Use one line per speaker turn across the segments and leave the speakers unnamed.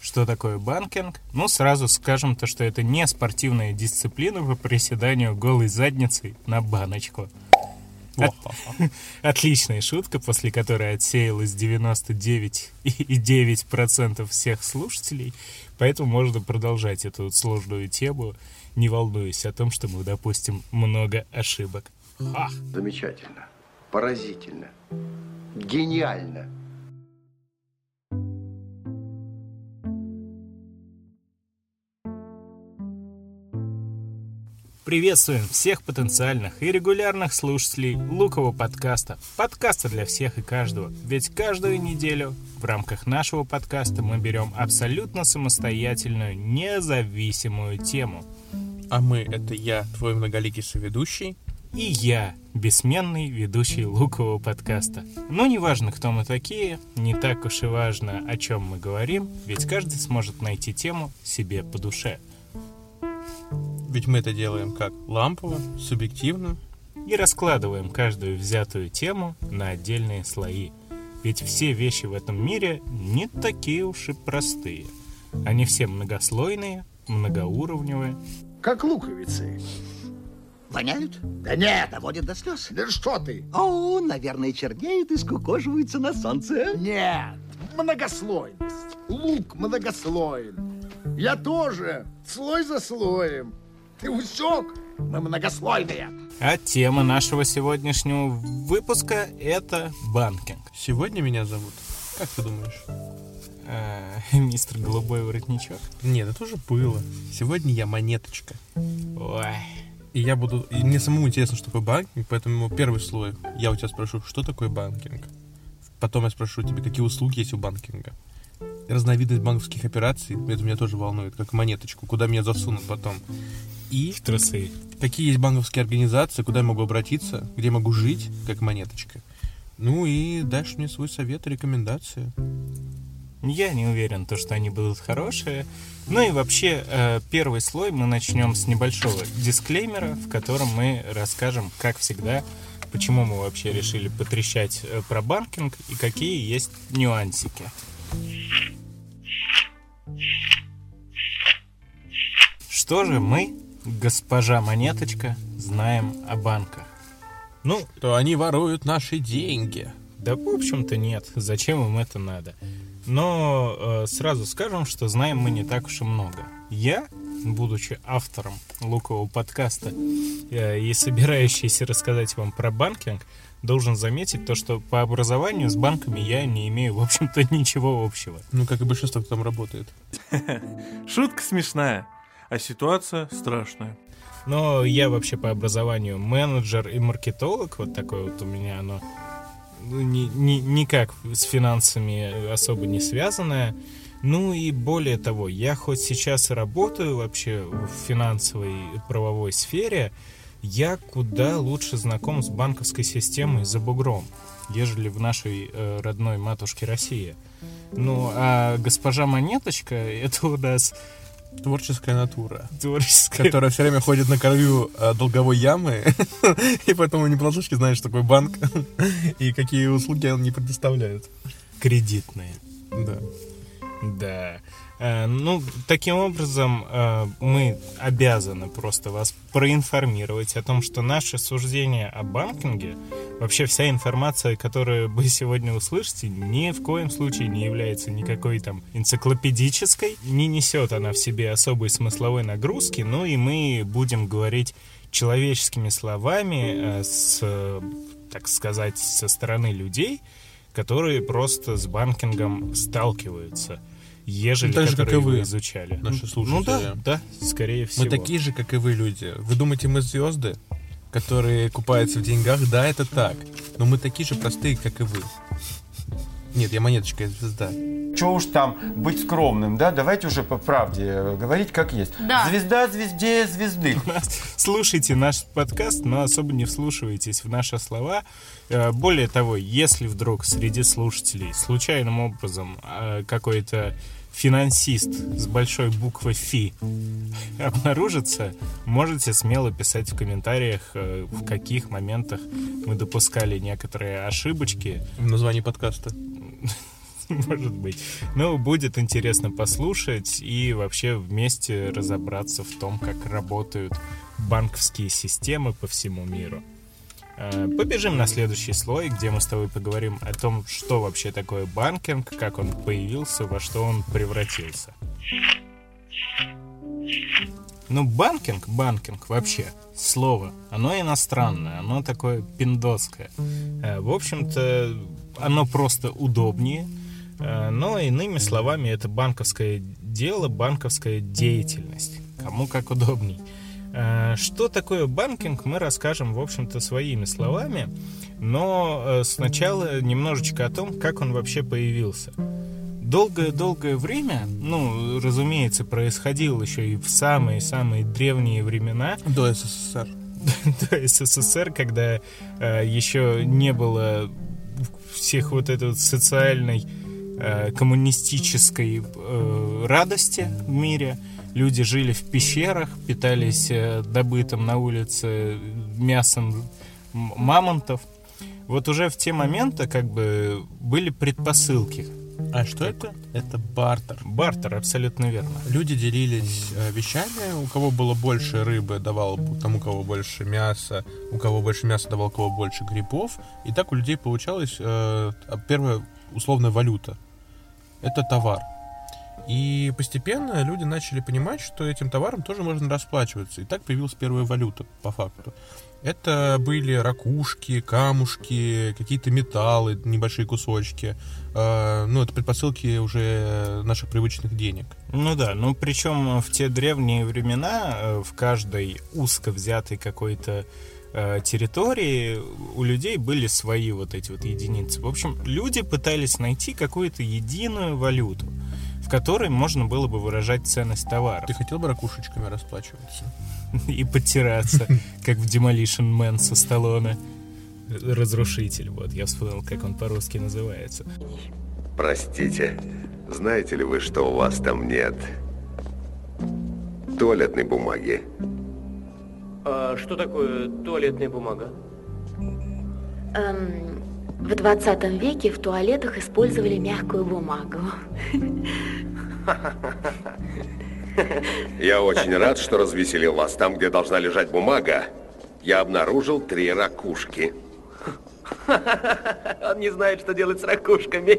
Что такое банкинг? Ну, сразу скажем то, что это не спортивная дисциплина по приседанию голой задницей на баночку. Отличная шутка, после которой отсеялось 99,9% всех слушателей. Поэтому можно продолжать эту сложную тему, не волнуясь о том, что мы допустим много ошибок.
Замечательно, поразительно, гениально.
Приветствуем всех потенциальных и регулярных слушателей Лукового подкаста. Подкаста для всех и каждого. Ведь каждую неделю в рамках нашего подкаста мы берем абсолютно самостоятельную, независимую тему.
А мы — это я, твой многоликий соведущий.
И я, бессменный ведущий Лукового подкаста. Но неважно, кто мы такие, не так уж и важно, о чем мы говорим, ведь каждый сможет найти тему себе по душе.
Ведь мы это делаем как лампово, субъективно.
И раскладываем каждую взятую тему на отдельные слои. Ведь все вещи в этом мире не такие уж и простые. Они все многослойные, многоуровневые.
Как луковицы.
Воняют? Да нет, доводят до слез.
Да что ты?
О, наверное, чернеют и скукоживаются на солнце.
Нет, многослойность. Лук многослоен. Я тоже. Слой за слоем. Ты усек? Мы многослойные.
А тема нашего сегодняшнего выпуска — это банкинг.
Сегодня меня зовут, как ты думаешь?
Мистер Голубой Воротничок?
Нет, это уже было. Сегодня я монеточка.
Ой.
И мне самому интересно, что такое банкинг, поэтому первый слой я у тебя спрошу, что такое банкинг. Потом я спрошу тебе, какие услуги есть у банкинга. Разновидность банковских операций, это меня тоже волнует, как монеточку, куда меня засунут потом. И
в трусы.
Какие есть банковские организации, куда я могу обратиться, где я могу жить, как монеточка. Ну и дашь мне свой совет, рекомендации.
Я не уверен, что они будут хорошие. Ну и вообще, первый слой мы начнем с небольшого дисклеймера, в котором мы расскажем, как всегда, почему мы вообще решили потрещать про банкинг и какие есть нюансики. Что же мы, госпожа Монеточка, знаем о банках?
Ну, то они воруют наши деньги.
Да, в общем-то, нет. Зачем им это надо? Но сразу скажем, что знаем мы не так уж и много. Я, будучи автором Лукового подкаста и собирающийся рассказать вам про банкинг, должен заметить то, что по образованию с банками я не имею, в общем-то, ничего общего.
Ну, как и большинство, кто там работает.
Шутка смешная, а ситуация страшная.
Но я вообще по образованию менеджер и маркетолог, вот такое вот у меня оно никак с финансами особо не связанное. Ну и более того, я хоть сейчас и работаю вообще в финансовой правовой сфере, я куда лучше знаком с банковской системой за бугром, ежели в нашей родной матушке России. Ну, а госпожа Монеточка — это у нас
творческая натура, которая все время ходит на краю долговой ямы, и поэтому не понаслышке знает, что такое банк и какие услуги он не предоставляет.
Кредитные. Да. Ну, таким образом, мы обязаны просто вас проинформировать о том, что наше суждение о банкинге, вообще вся информация, которую вы сегодня услышите, ни в коем случае не является никакой там энциклопедической, не несет она в себе особой смысловой нагрузки, ну и мы будем говорить человеческими словами, так сказать, со стороны людей, которые просто с банкингом сталкиваются. Ежели
так же, как и вы
изучали.
Наши слушатели.
Ну да, скорее всего.
Мы такие же, как и вы, люди. Вы думаете, мы звезды, которые купаются в деньгах? Да, это так. Но мы такие же простые, как и вы. Нет, я монеточка, я звезда.
Чего уж там быть скромным, да? Давайте уже по правде говорить, как есть.
Да.
Звезда звезде звезды.
Слушайте наш подкаст, но особо не вслушивайтесь в наши слова. Более того, если вдруг среди слушателей случайным образом какой-то финансист с большой буквы «Фи» обнаружится, можете смело писать в комментариях, в каких моментах мы допускали некоторые ошибочки.
В названии подкаста.
Может быть. Но будет интересно послушать и вообще вместе разобраться в том, как работают банковские системы по всему миру. Побежим на следующий слой, где мы с тобой поговорим о том, что вообще такое банкинг, как он появился, во что он превратился. Ну, банкинг вообще, слово, оно иностранное, оно такое пиндосское. В общем-то, оно просто удобнее, но иными словами, это банковское дело, банковская деятельность. Кому как удобней. Что такое банкинг, мы расскажем, в общем-то, своими словами, но сначала немножечко о том, как он вообще появился. Долгое-долгое время, ну, разумеется, происходило еще и в самые-самые древние времена.
До СССР.
До СССР, когда еще не было всех вот этой вот социальной, коммунистической радости в мире. Люди жили в пещерах, питались добытым на улице мясом мамонтов. Вот уже в те моменты как бы были предпосылки.
А что это? Это бартер.
Бартер, абсолютно верно.
Люди делились вещами, у кого было больше рыбы, давал тому, у кого больше мяса, у кого больше мяса давал, у кого больше грибов. И так у людей получалась первая условная валюта. Это товар. И постепенно люди начали понимать, что этим товаром тоже можно расплачиваться. И так появилась первая валюта, по факту. Это были ракушки, камушки, какие-то металлы, небольшие кусочки. Ну, это предпосылки уже наших привычных денег.
Ну да, ну причем в те древние времена в каждой узко взятой какой-то территории у людей были свои вот эти вот единицы. В общем, люди пытались найти какую-то единую валюту, в которой можно было бы выражать ценность товара.
Ты хотел бы ракушечками расплачиваться?
И подтираться, как в Demolition Man со Сталлоне. Разрушитель, вот, я вспомнил, как он по-русски называется.
Простите, знаете ли вы, что у вас там нет? Туалетной бумаги.
А что такое туалетная бумага?
В 20 веке в туалетах использовали мягкую бумагу.
Я очень рад, что развеселил вас. Там, где должна лежать бумага, я обнаружил 3 ракушки.
Он не знает, что делать с ракушками.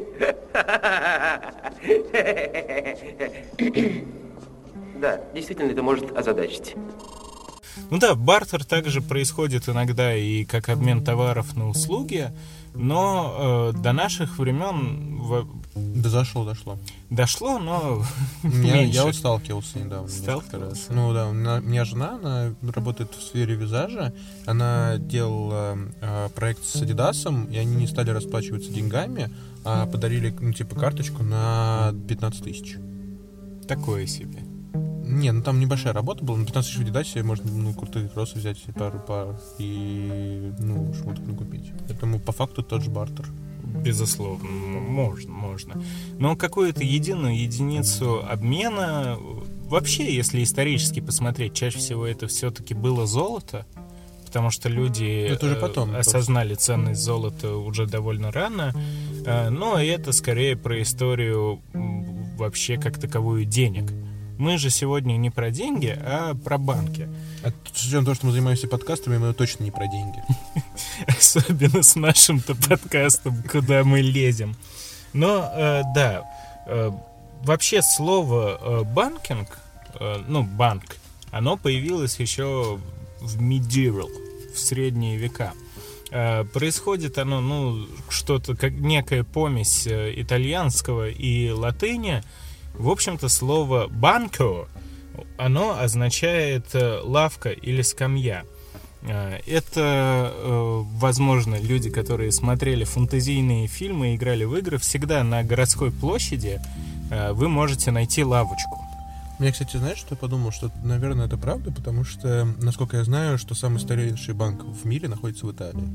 Да, действительно, это может озадачить.
Ну да, бартер также происходит иногда и как обмен товаров на услуги, но до наших времен...
Да дошло.
Дошло, но
я вот сталкивался недавно.
Сталкивался?
Ну да, у меня жена, она работает в сфере визажа, она делала проект с Адидасом, и они не стали расплачиваться деньгами, а подарили, ну, типа, карточку на 15 тысяч.
Такое себе.
Не, ну там небольшая работа была, на 15 тысяч в Адидасе можно, ну, крутые кроссы взять, пару пар и, ну, шмоток накупить. Поэтому по факту тот же бартер.
Безусловно, можно. Но какую-то единую единицу обмена, вообще, если исторически посмотреть, чаще всего это все-таки было золото, потому что люди осознали ценность золота уже довольно рано, но это скорее про историю вообще как таковую денег. Мы же сегодня не про деньги, а про банки.
А с учетом того, что мы занимаемся подкастами, мы точно не про деньги.
Особенно с нашим-то подкастом, куда мы лезем. Но, да, вообще слово банкинг, ну, банк, оно появилось еще в medieval, в средние века. Происходит оно, ну, что-то, как некая помесь итальянского и латыни. В общем-то, слово «банко», оно означает «лавка» или «скамья». Это, возможно, люди, которые смотрели фэнтезийные фильмы и играли в игры, всегда на городской площади вы можете найти лавочку.
Мне, кстати, знаешь, что я подумал? Что, наверное, это правда, потому что, насколько я знаю, что самый старейший банк в мире находится в Италии.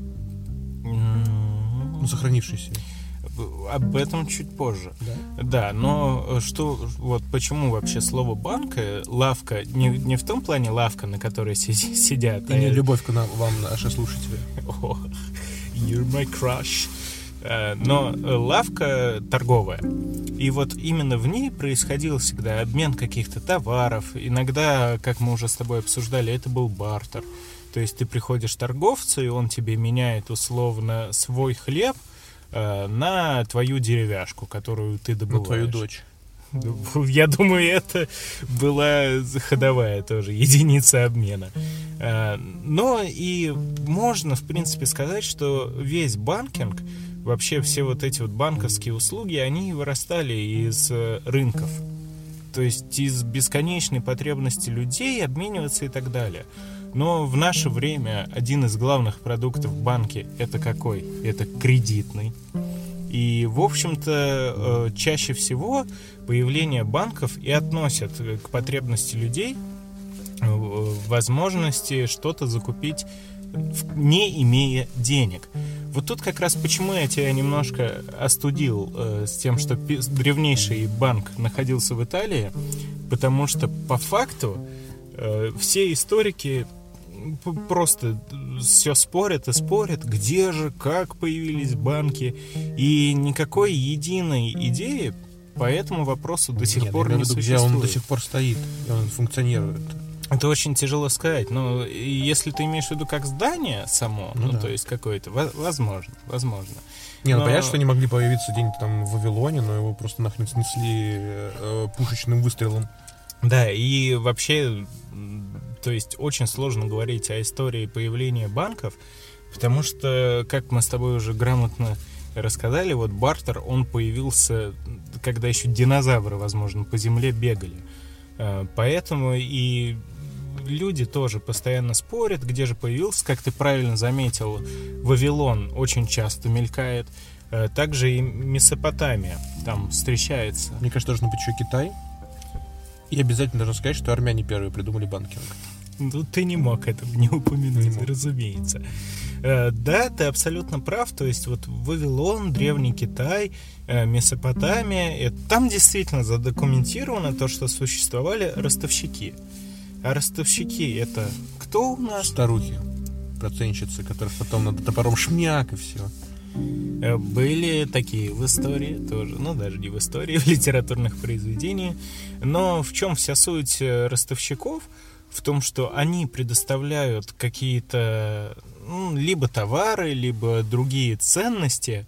Ну, сохранившийся.
Об этом чуть позже.
Да?
Да, но что, вот почему вообще слово банк, лавка, не в том плане лавка, на которой сидят.
И не любовь к вам, наши слушатели.
You're my crush. но лавка торговая. И вот именно в ней происходил всегда обмен каких-то товаров. Иногда, как мы уже с тобой обсуждали, это был бартер. То есть ты приходишь к торговцу, и он тебе меняет условно свой хлеб на твою деревяшку, которую ты добываешь.
На твою дочь.
Я думаю, это была ходовая тоже единица обмена. Но и можно, в принципе, сказать, что весь банкинг, вообще все вот эти вот банковские услуги, они вырастали из рынков. То есть из бесконечной потребности людей обмениваться и так далее. Но в наше время один из главных продуктов в банке — это какой? Это кредитный. И, в общем-то, чаще всего появление банков и относят к потребности людей возможности что-то закупить, не имея денег. Вот тут как раз почему я тебя немножко остудил с тем, что древнейший банк находился в Италии, потому что по факту все историки просто все спорят и спорят, где же, как появились банки, и никакой единой идеи по этому вопросу до сих пор не существует.
Где он до сих пор стоит, где он функционирует.
Это очень тяжело сказать, но если ты имеешь в виду как здание само,
да.
То есть какое-то, возможно.
Не, ну понятно, что они могли появиться где-нибудь там в Вавилоне, но его просто нахрен снесли пушечным выстрелом.
Да, и вообще, то есть очень сложно говорить о истории появления банков, потому что, как мы с тобой уже грамотно рассказали, вот бартер, он появился, когда еще динозавры, возможно, по земле бегали. Поэтому и люди тоже постоянно спорят, где же появился, как ты правильно заметил, Вавилон очень часто мелькает, также и Месопотамия там встречается.
Мне кажется, должен быть еще Китай. И обязательно должен сказать, что армяне первые придумали банкинг.
Ну, ты не мог этого не упомянуть, разумеется. Да, ты абсолютно прав. То есть вот Вавилон, Древний Китай, Месопотамия, там действительно задокументировано то, что существовали ростовщики. А ростовщики — это кто у нас?
Старухи, процентщицы, которых потом надо топором шмяк и все.
Были такие в истории тоже, даже не в истории, в литературных произведениях. Но в чем вся суть ростовщиков? В том, что они предоставляют какие-то либо товары, либо другие ценности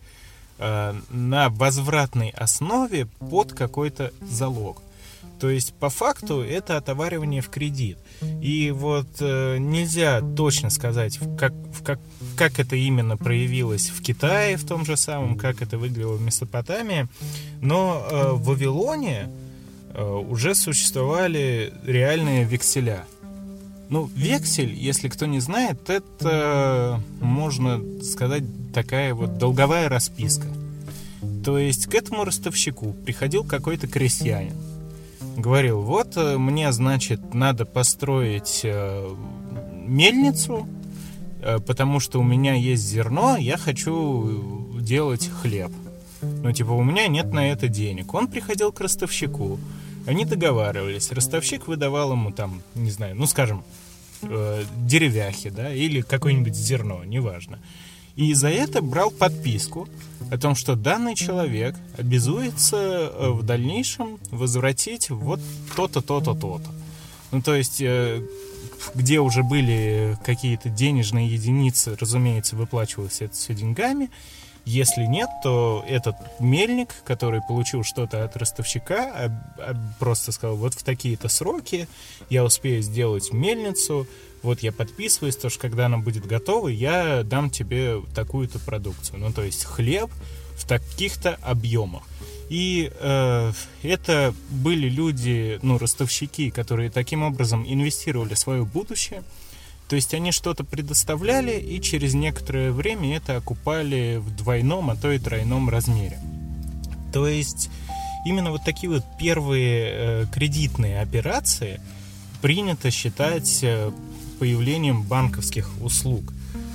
на возвратной основе под какой-то залог. То есть, по факту, это отоваривание в кредит. И вот нельзя точно сказать, как это именно проявилось в Китае, в том же самом, как это выглядело в Месопотамии. Но в Вавилоне уже существовали реальные векселя. Вексель, если кто не знает, это, можно сказать, такая вот долговая расписка. То есть к этому ростовщику приходил какой-то крестьянин. Говорил, вот мне, значит, надо построить мельницу, потому что у меня есть зерно, я хочу делать хлеб. У меня нет на это денег. Он приходил к ростовщику, они договаривались. Ростовщик выдавал ему там, не знаю, скажем, деревяхи, да, или какое-нибудь зерно, неважно. И за это брал подписку о том, что данный человек обязуется в дальнейшем возвратить вот то-то, то-то, то-то. То есть, где уже были какие-то денежные единицы, разумеется, выплачивалось это все деньгами. Если нет, то этот мельник, который получил что-то от ростовщика, просто сказал, вот в такие-то сроки я успею сделать мельницу, вот я подписываюсь, то что когда она будет готова, я дам тебе такую-то продукцию. То есть хлеб в таких-то объемах. И это были люди, ростовщики, которые таким образом инвестировали в свое будущее. То есть они что-то предоставляли и через некоторое время это окупали в двойном, а то и тройном размере. То есть именно вот такие вот первые кредитные операции принято считать появлением банковских услуг.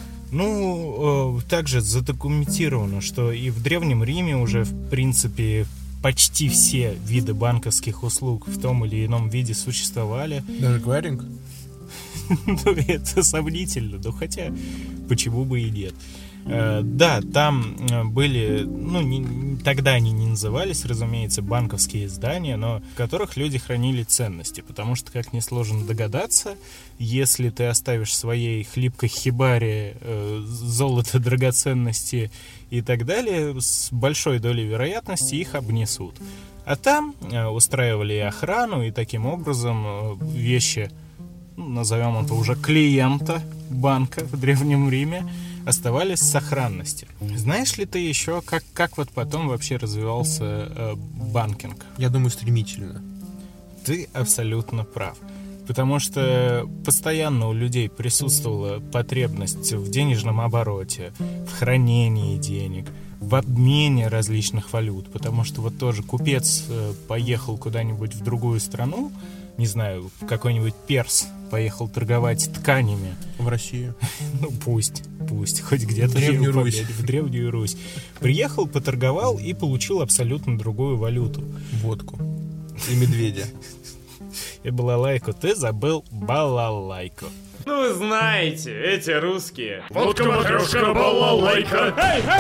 Также задокументировано, что и в Древнем Риме уже, в принципе, почти все виды банковских услуг в том или ином виде существовали.
Даже кваринг?
Это сомнительно, хотя почему бы и нет. Да, там были, тогда они не назывались, разумеется, банковские здания, но в которых люди хранили ценности, потому что, как несложно догадаться, если ты оставишь в своей хлипкой хибаре золото, драгоценности и так далее, с большой долей вероятности их обнесут. А там устраивали и охрану, и таким образом вещи, назовем это уже клиента банка в Древнем Риме, оставались в сохранности. Знаешь ли ты еще, как вот потом вообще развивался банкинг?
Я думаю, стремительно.
Ты абсолютно прав. Потому что постоянно у людей присутствовала потребность в денежном обороте, в хранении денег, в обмене различных валют. Потому что вот тоже купец поехал куда-нибудь в другую страну, не знаю, какой-нибудь перс поехал торговать тканями.
В Россию.
Ну, пусть, хоть где-то в Древнюю Русь. Приехал, поторговал и получил абсолютно другую валюту.
Водку. И медведя.
И балалайку. Ты забыл балалайку.
Ну, вы знаете, эти русские.
Водка, матрешка, балалайка.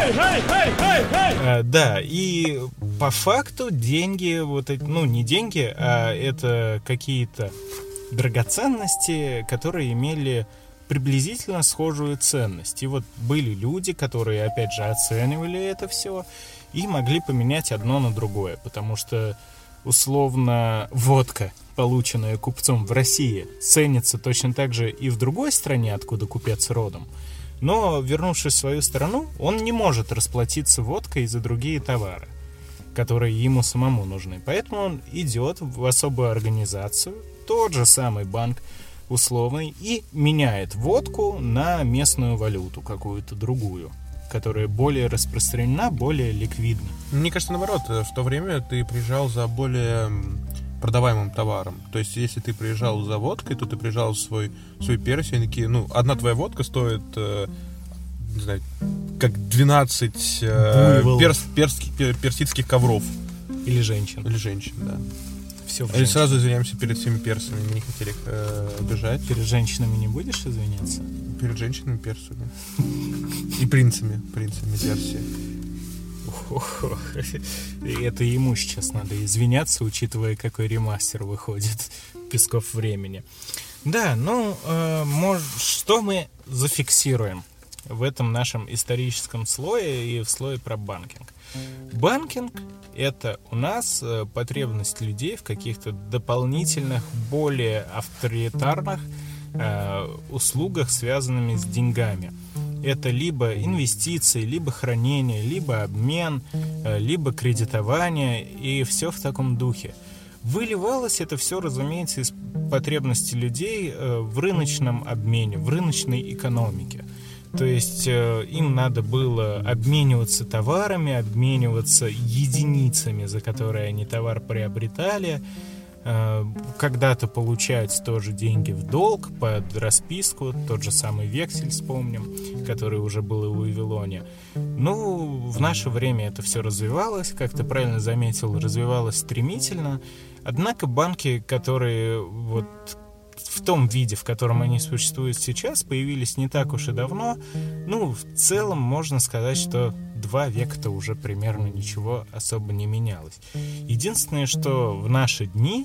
Да, и по факту деньги, вот эти, не деньги, а это какие-то драгоценности, которые имели приблизительно схожую ценность. И вот были люди, которые, опять же, оценивали это все и могли поменять одно на другое, потому что условно водка, полученная купцом в России, ценится точно так же и в другой стране, откуда купец родом. Но, вернувшись в свою страну, он не может расплатиться водкой за другие товары, которые ему самому нужны. Поэтому он идет в особую организацию, тот же самый банк условный, и меняет водку на местную валюту, какую-то другую, которая более распространена, более ликвидна.
Мне кажется, наоборот, в то время ты приезжал за более продаваемым товаром. То есть, если ты приезжал за водкой, то ты приезжал в свой перс, и такие, одна твоя водка стоит, не знаю, как 12 персидских ковров.
Или женщин.
Да.
Все
и сразу извиняемся перед всеми персами, мы не хотели их обижать.
Перед женщинами не будешь извиняться?
Перед женщинами персами. И принцами Персии.
Это ему сейчас надо извиняться, учитывая, какой ремастер выходит «Песков времени». Да, что мы зафиксируем в этом нашем историческом слое и в слое про банкинг? Банкинг — это у нас потребность людей в каких-то дополнительных, более авторитарных услугах, связанными с деньгами. Это либо инвестиции, либо хранение, либо обмен, либо кредитование, и все в таком духе. Выливалось это все, разумеется, из потребностей людей в рыночном обмене, в рыночной экономике. То есть им надо было обмениваться товарами, обмениваться единицами, за которые они товар приобретали, когда-то получать тоже деньги в долг под расписку, тот же самый вексель, вспомним, который уже был и у Вавилоне. В наше время это все развивалось, как ты правильно заметил, развивалось стремительно. Однако банки, которые вот в том виде, в котором они существуют сейчас, появились не так уж и давно. В целом можно сказать, что 2 века-то уже примерно ничего особо не менялось. Единственное, что в наши дни,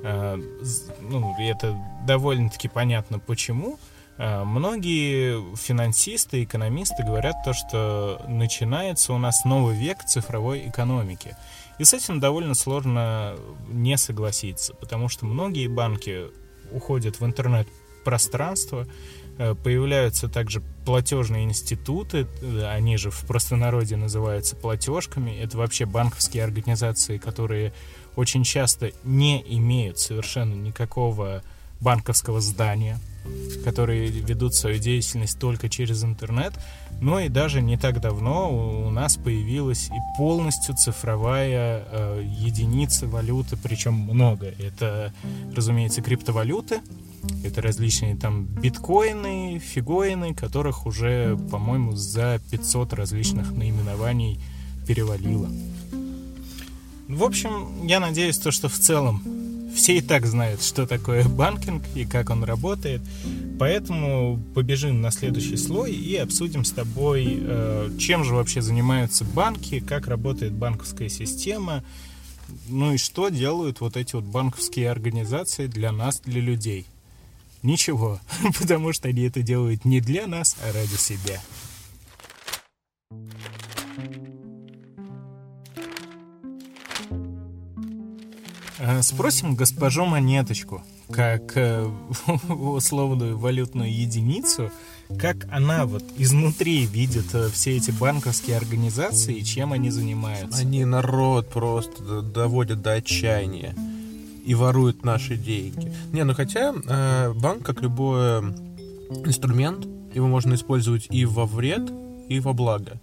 это довольно-таки понятно почему, многие финансисты, экономисты говорят то, что начинается у нас новый век цифровой экономики. И с этим довольно сложно не согласиться, потому что многие банки уходят в интернет-пространство, появляются также платежные институты, они же в простонародье называются платежками. Это вообще банковские организации, которые очень часто не имеют совершенно никакого банковского здания, которые ведут свою деятельность только через интернет. Но и даже не так давно у нас появилась и полностью цифровая единица валюты, причем много. Это, разумеется, криптовалюты, это различные там биткоины, фигоины, которых уже, по-моему, за 500 различных наименований перевалило. В общем, я надеюсь, что в целом все и так знают, что такое банкинг и как он работает. Поэтому побежим на следующий слой и обсудим с тобой, чем же вообще занимаются банки, как работает банковская система, ну и что делают вот эти вот банковские организации для нас, для людей. Ничего, потому что они это делают не для нас, а ради себя. Спросим госпожу Монеточку, как условную валютную единицу, как она вот изнутри видит все эти банковские организации и чем они занимаются.
Они народ просто доводят до отчаяния и воруют наши деньги. Хотя банк, как любой инструмент, его можно использовать и во вред, и во благо.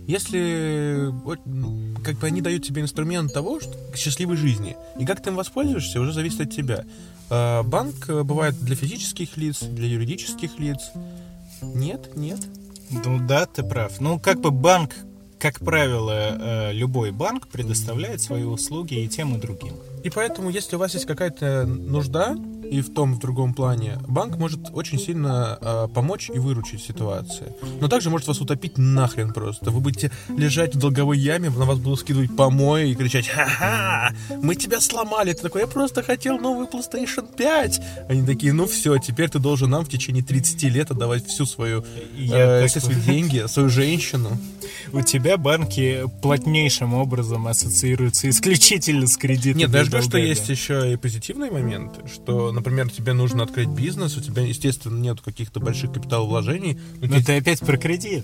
Если как бы они дают тебе инструмент того, что к счастливой жизни, и как ты им воспользуешься, уже зависит от тебя. Банк бывает для физических лиц, для юридических лиц. Нет.
Ну да, ты прав. Ну, как бы банк, как правило, любой банк предоставляет свои услуги и тем, и другим.
И поэтому, если у вас есть какая-то нужда, и в том, и в другом плане, банк может очень сильно помочь и выручить ситуацию. Но также может вас утопить нахрен просто. Вы будете лежать в долговой яме, на вас будут скидывать помои и кричать: «Ха-ха! Мы тебя сломали!» Ты такой: «Я просто хотел новый PlayStation 5!» Они такие: «Ну все, теперь ты должен нам в течение 30 лет отдавать всю свою все свои деньги, свою женщину».
У тебя банки плотнейшим образом ассоциируются исключительно с кредитами.
Нет, даже то, что есть еще и позитивные моменты, что, например, тебе нужно открыть бизнес, у тебя, естественно, нет каких-то больших капиталовложений.
Но ты опять про кредит.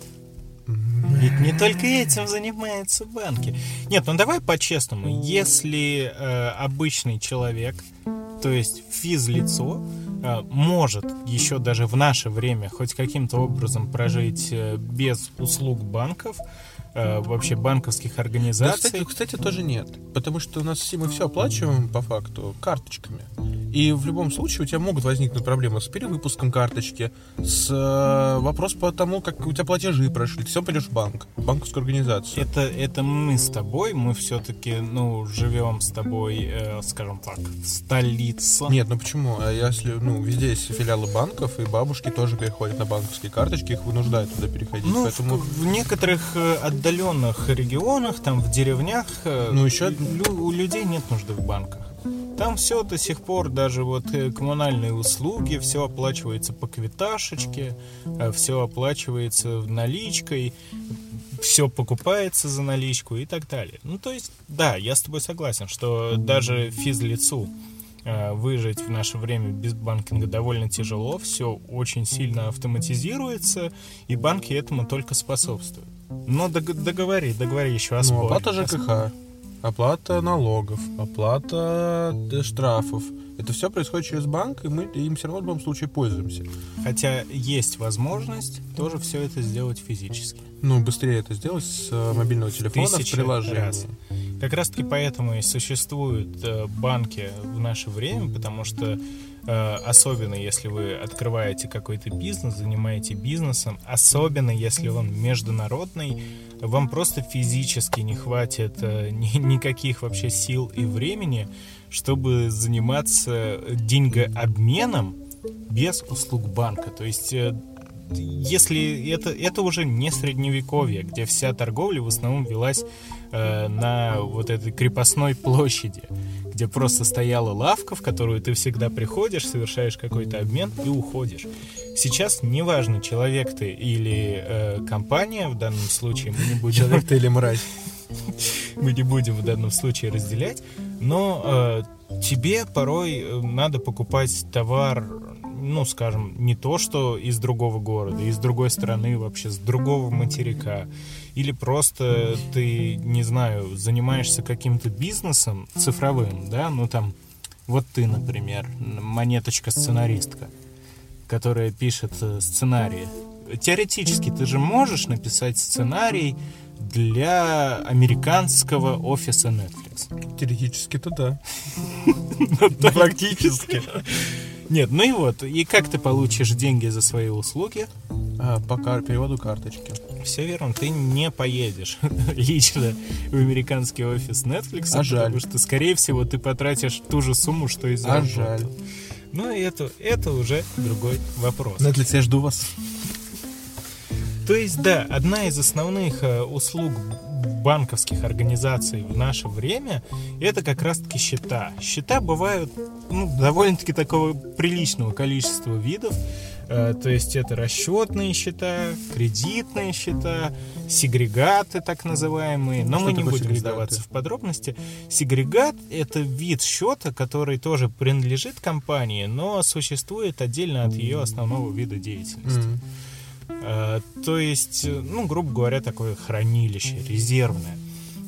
Ведь не только этим занимаются банки. Нет, ну давай по-честному. Если обычный человек, то есть физлицо, может еще даже в наше время хоть каким-то образом прожить без услуг банков, вообще банковских организаций.
Да, кстати, тоже нет. Потому что у нас мы все оплачиваем по факту карточками. И в любом случае у тебя могут возникнуть проблемы с перевыпуском карточки, с вопрос по тому, как у тебя платежи прошли. Ты все пойдешь в банк, в банковскую организацию.
Это мы с тобой, мы все-таки, живем с тобой, скажем так, в столице.
Нет, почему? А если, везде есть филиалы банков, и бабушки тоже переходят на банковские карточки, их вынуждают туда переходить. Поэтому...
в некоторых отдаленных регионах, там в деревнях,
еще...
у людей нет нужды в банках. Там все до сих пор, даже коммунальные услуги, все оплачивается по квиташечке, все оплачивается наличкой, все покупается за наличку и так далее. То есть, да, я с тобой согласен, что даже физлицу выжить в наше время без банкинга довольно тяжело, все очень сильно автоматизируется, и банки этому только способствуют. Но договори еще о споре.
Оплата ЖКХ, оплата налогов, оплата штрафов. Это все происходит через банк, и мы им все равно в любом случае пользуемся.
Хотя есть возможность тоже все это сделать физически.
Быстрее это сделать с мобильного телефона в приложении.
Раз. Как раз таки поэтому и существуют банки в наше время, потому что особенно если вы открываете какой-то бизнес, занимаете бизнесом, особенно если он международный, вам просто физически не хватит никаких вообще сил и времени, чтобы заниматься деньгообменом без услуг банка. То есть, если это уже не средневековье, где вся торговля в основном велась на вот этой крепостной площади, где просто стояла лавка, в которую ты всегда приходишь, совершаешь какой-то обмен и уходишь. Сейчас неважно, человек ты или компания, в данном случае мы не будем...
Человек ты или мразь.
Мы не будем в данном случае разделять, но тебе порой надо покупать товар, скажем, не то, что из другого города, из другой страны, вообще с другого материка. Или просто ты, не знаю, занимаешься каким-то бизнесом цифровым, да, вот ты, например, монеточка-сценаристка, которая пишет сценарии. Теоретически ты же можешь написать сценарий для американского офиса Netflix.
Теоретически-то да.
Практически. Нет, и как ты получишь деньги за свои услуги?
По переводу карточки.
Все верно, ты не поедешь лично в американский офис Netflix, потому что, скорее всего, ты потратишь ту же сумму, что и заработал.
Жаль.
Ну, это уже другой вопрос.
Netflix, я жду вас.
То есть, да, одна из основных услуг банковских организаций в наше время — это как раз-таки счета. Счета бывают довольно-таки такого приличного количества видов. То есть это расчетные счета, кредитные счета, сегрегаты так называемые. Но мы не будем вдаваться в подробности. Сегрегат — это вид счета, который тоже принадлежит компании, но существует отдельно от ее основного вида деятельности. То есть, грубо говоря, такое хранилище резервное.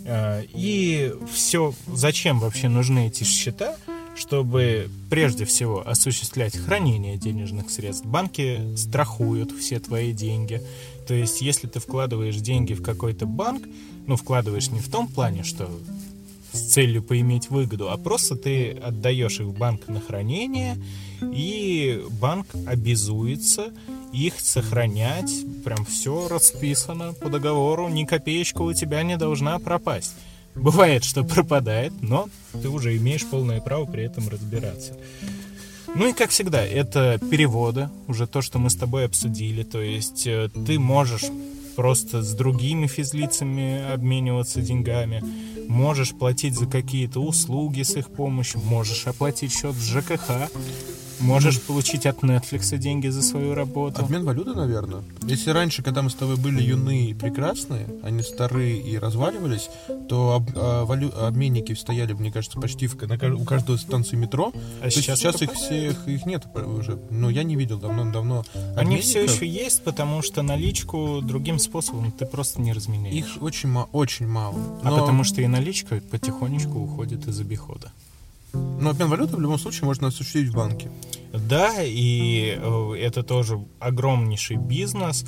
И все, зачем вообще нужны эти счета? Чтобы прежде всего осуществлять хранение денежных средств. Банки страхуют все твои деньги. То есть, если ты вкладываешь деньги в какой-то банк, вкладываешь не в том плане, что с целью поиметь выгоду, а просто ты отдаешь их в банк на хранение, и банк обязуется их сохранять. Прям все расписано по договору, ни копеечка у тебя не должна пропасть. Бывает, что пропадает, но ты уже имеешь полное право при этом разбираться. Ну и как всегда, это переводы, уже то, что мы с тобой обсудили. То есть ты можешь просто с другими физлицами обмениваться деньгами, можешь платить за какие-то услуги с их помощью, можешь оплатить счет в ЖКХ, можешь получить от Netflix деньги за свою работу.
Обмен валюты, наверное. Если раньше, когда мы с тобой были юные и прекрасные, они старые и разваливались, то обменники стояли, мне кажется, почти у каждой станции метро.
А сейчас
их нет уже. Но я не видел давно.
Они все еще есть, потому что наличку другим способом ты просто не разменяешь.
Их очень мало.
А потому что и наличка потихонечку уходит из обихода.
Но обмен валюты в любом случае можно осуществить в банке.
Да, и это тоже огромнейший бизнес.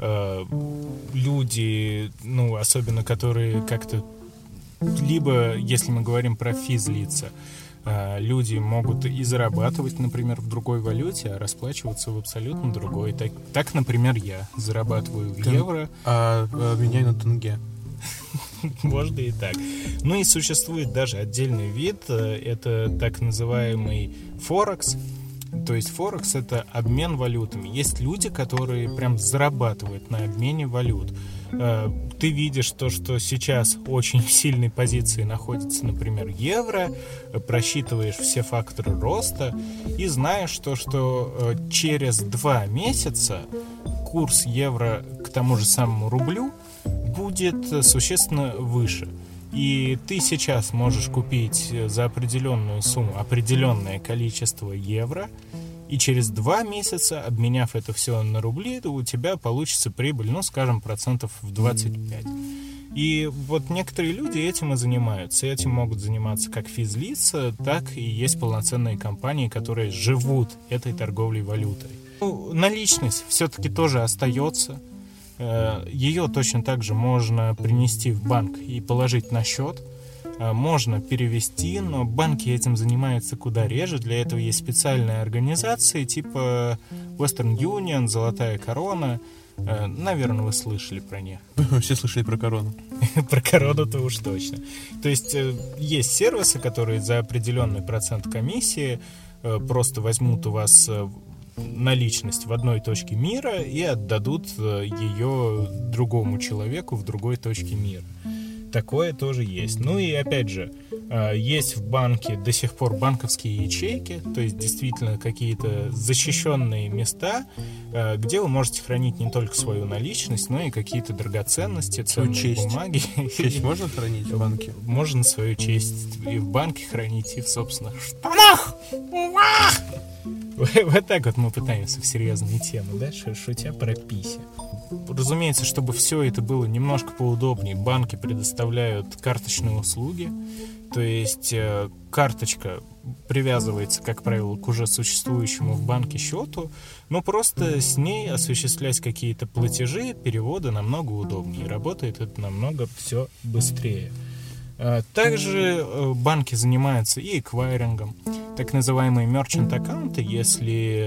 Люди, особенно которые как-то... Либо, если мы говорим про физлица, люди могут и зарабатывать, например, в другой валюте, а расплачиваться в абсолютно другой. Так, например, я зарабатываю в евро.
А меняю на тенге.
Можно и так. Ну и существует даже отдельный вид, это так называемый Форекс. То есть Форекс — это обмен валютами. Есть люди, которые прям зарабатывают на обмене валют. Ты видишь то, что сейчас очень в сильной позиции находится, например, евро, просчитываешь все факторы роста и знаешь то, что через 2 месяца курс евро к тому же самому рублю будет существенно выше. И ты сейчас можешь купить за определенную сумму определенное количество евро, и через 2 месяца, обменяв это все на рубли, у тебя получится прибыль, скажем, процентов в 25. И вот некоторые люди этим и занимаются. И этим могут заниматься как физлица, так и есть полноценные компании, которые живут этой торговлей валютой. Наличность все-таки тоже остается. Ее точно так же можно принести в банк и положить на счет. Можно перевести, но банки этим занимаются куда реже. Для этого есть специальные организации типа Western Union, Золотая Корона. Наверное, вы слышали про них.
Все слышали про Корону.
Про Корону-то уж точно. То есть есть сервисы, которые за определенный процент комиссии просто возьмут у вас наличность в одной точке мира и отдадут ее другому человеку в другой точке мира. Такое тоже есть. Ну и опять же, есть в банке до сих пор банковские ячейки, то есть действительно какие-то защищенные места, где вы можете хранить не только свою наличность, но и какие-то драгоценности, ценные бумаги.
Честь можно хранить в банке?
Можно свою честь и в банке хранить, и в собственных штанах. Вот так вот мы пытаемся в серьезные темы, да, шутя про писи. Разумеется, чтобы все это было немножко поудобнее, банки предоставляют карточные услуги. То есть карточка привязывается, как правило, к уже существующему в банке счету, но просто с ней осуществлять какие-то платежи, переводы намного удобнее. Работает это намного все быстрее. Также банки занимаются и эквайрингом. Так называемые мерчант аккаунты, если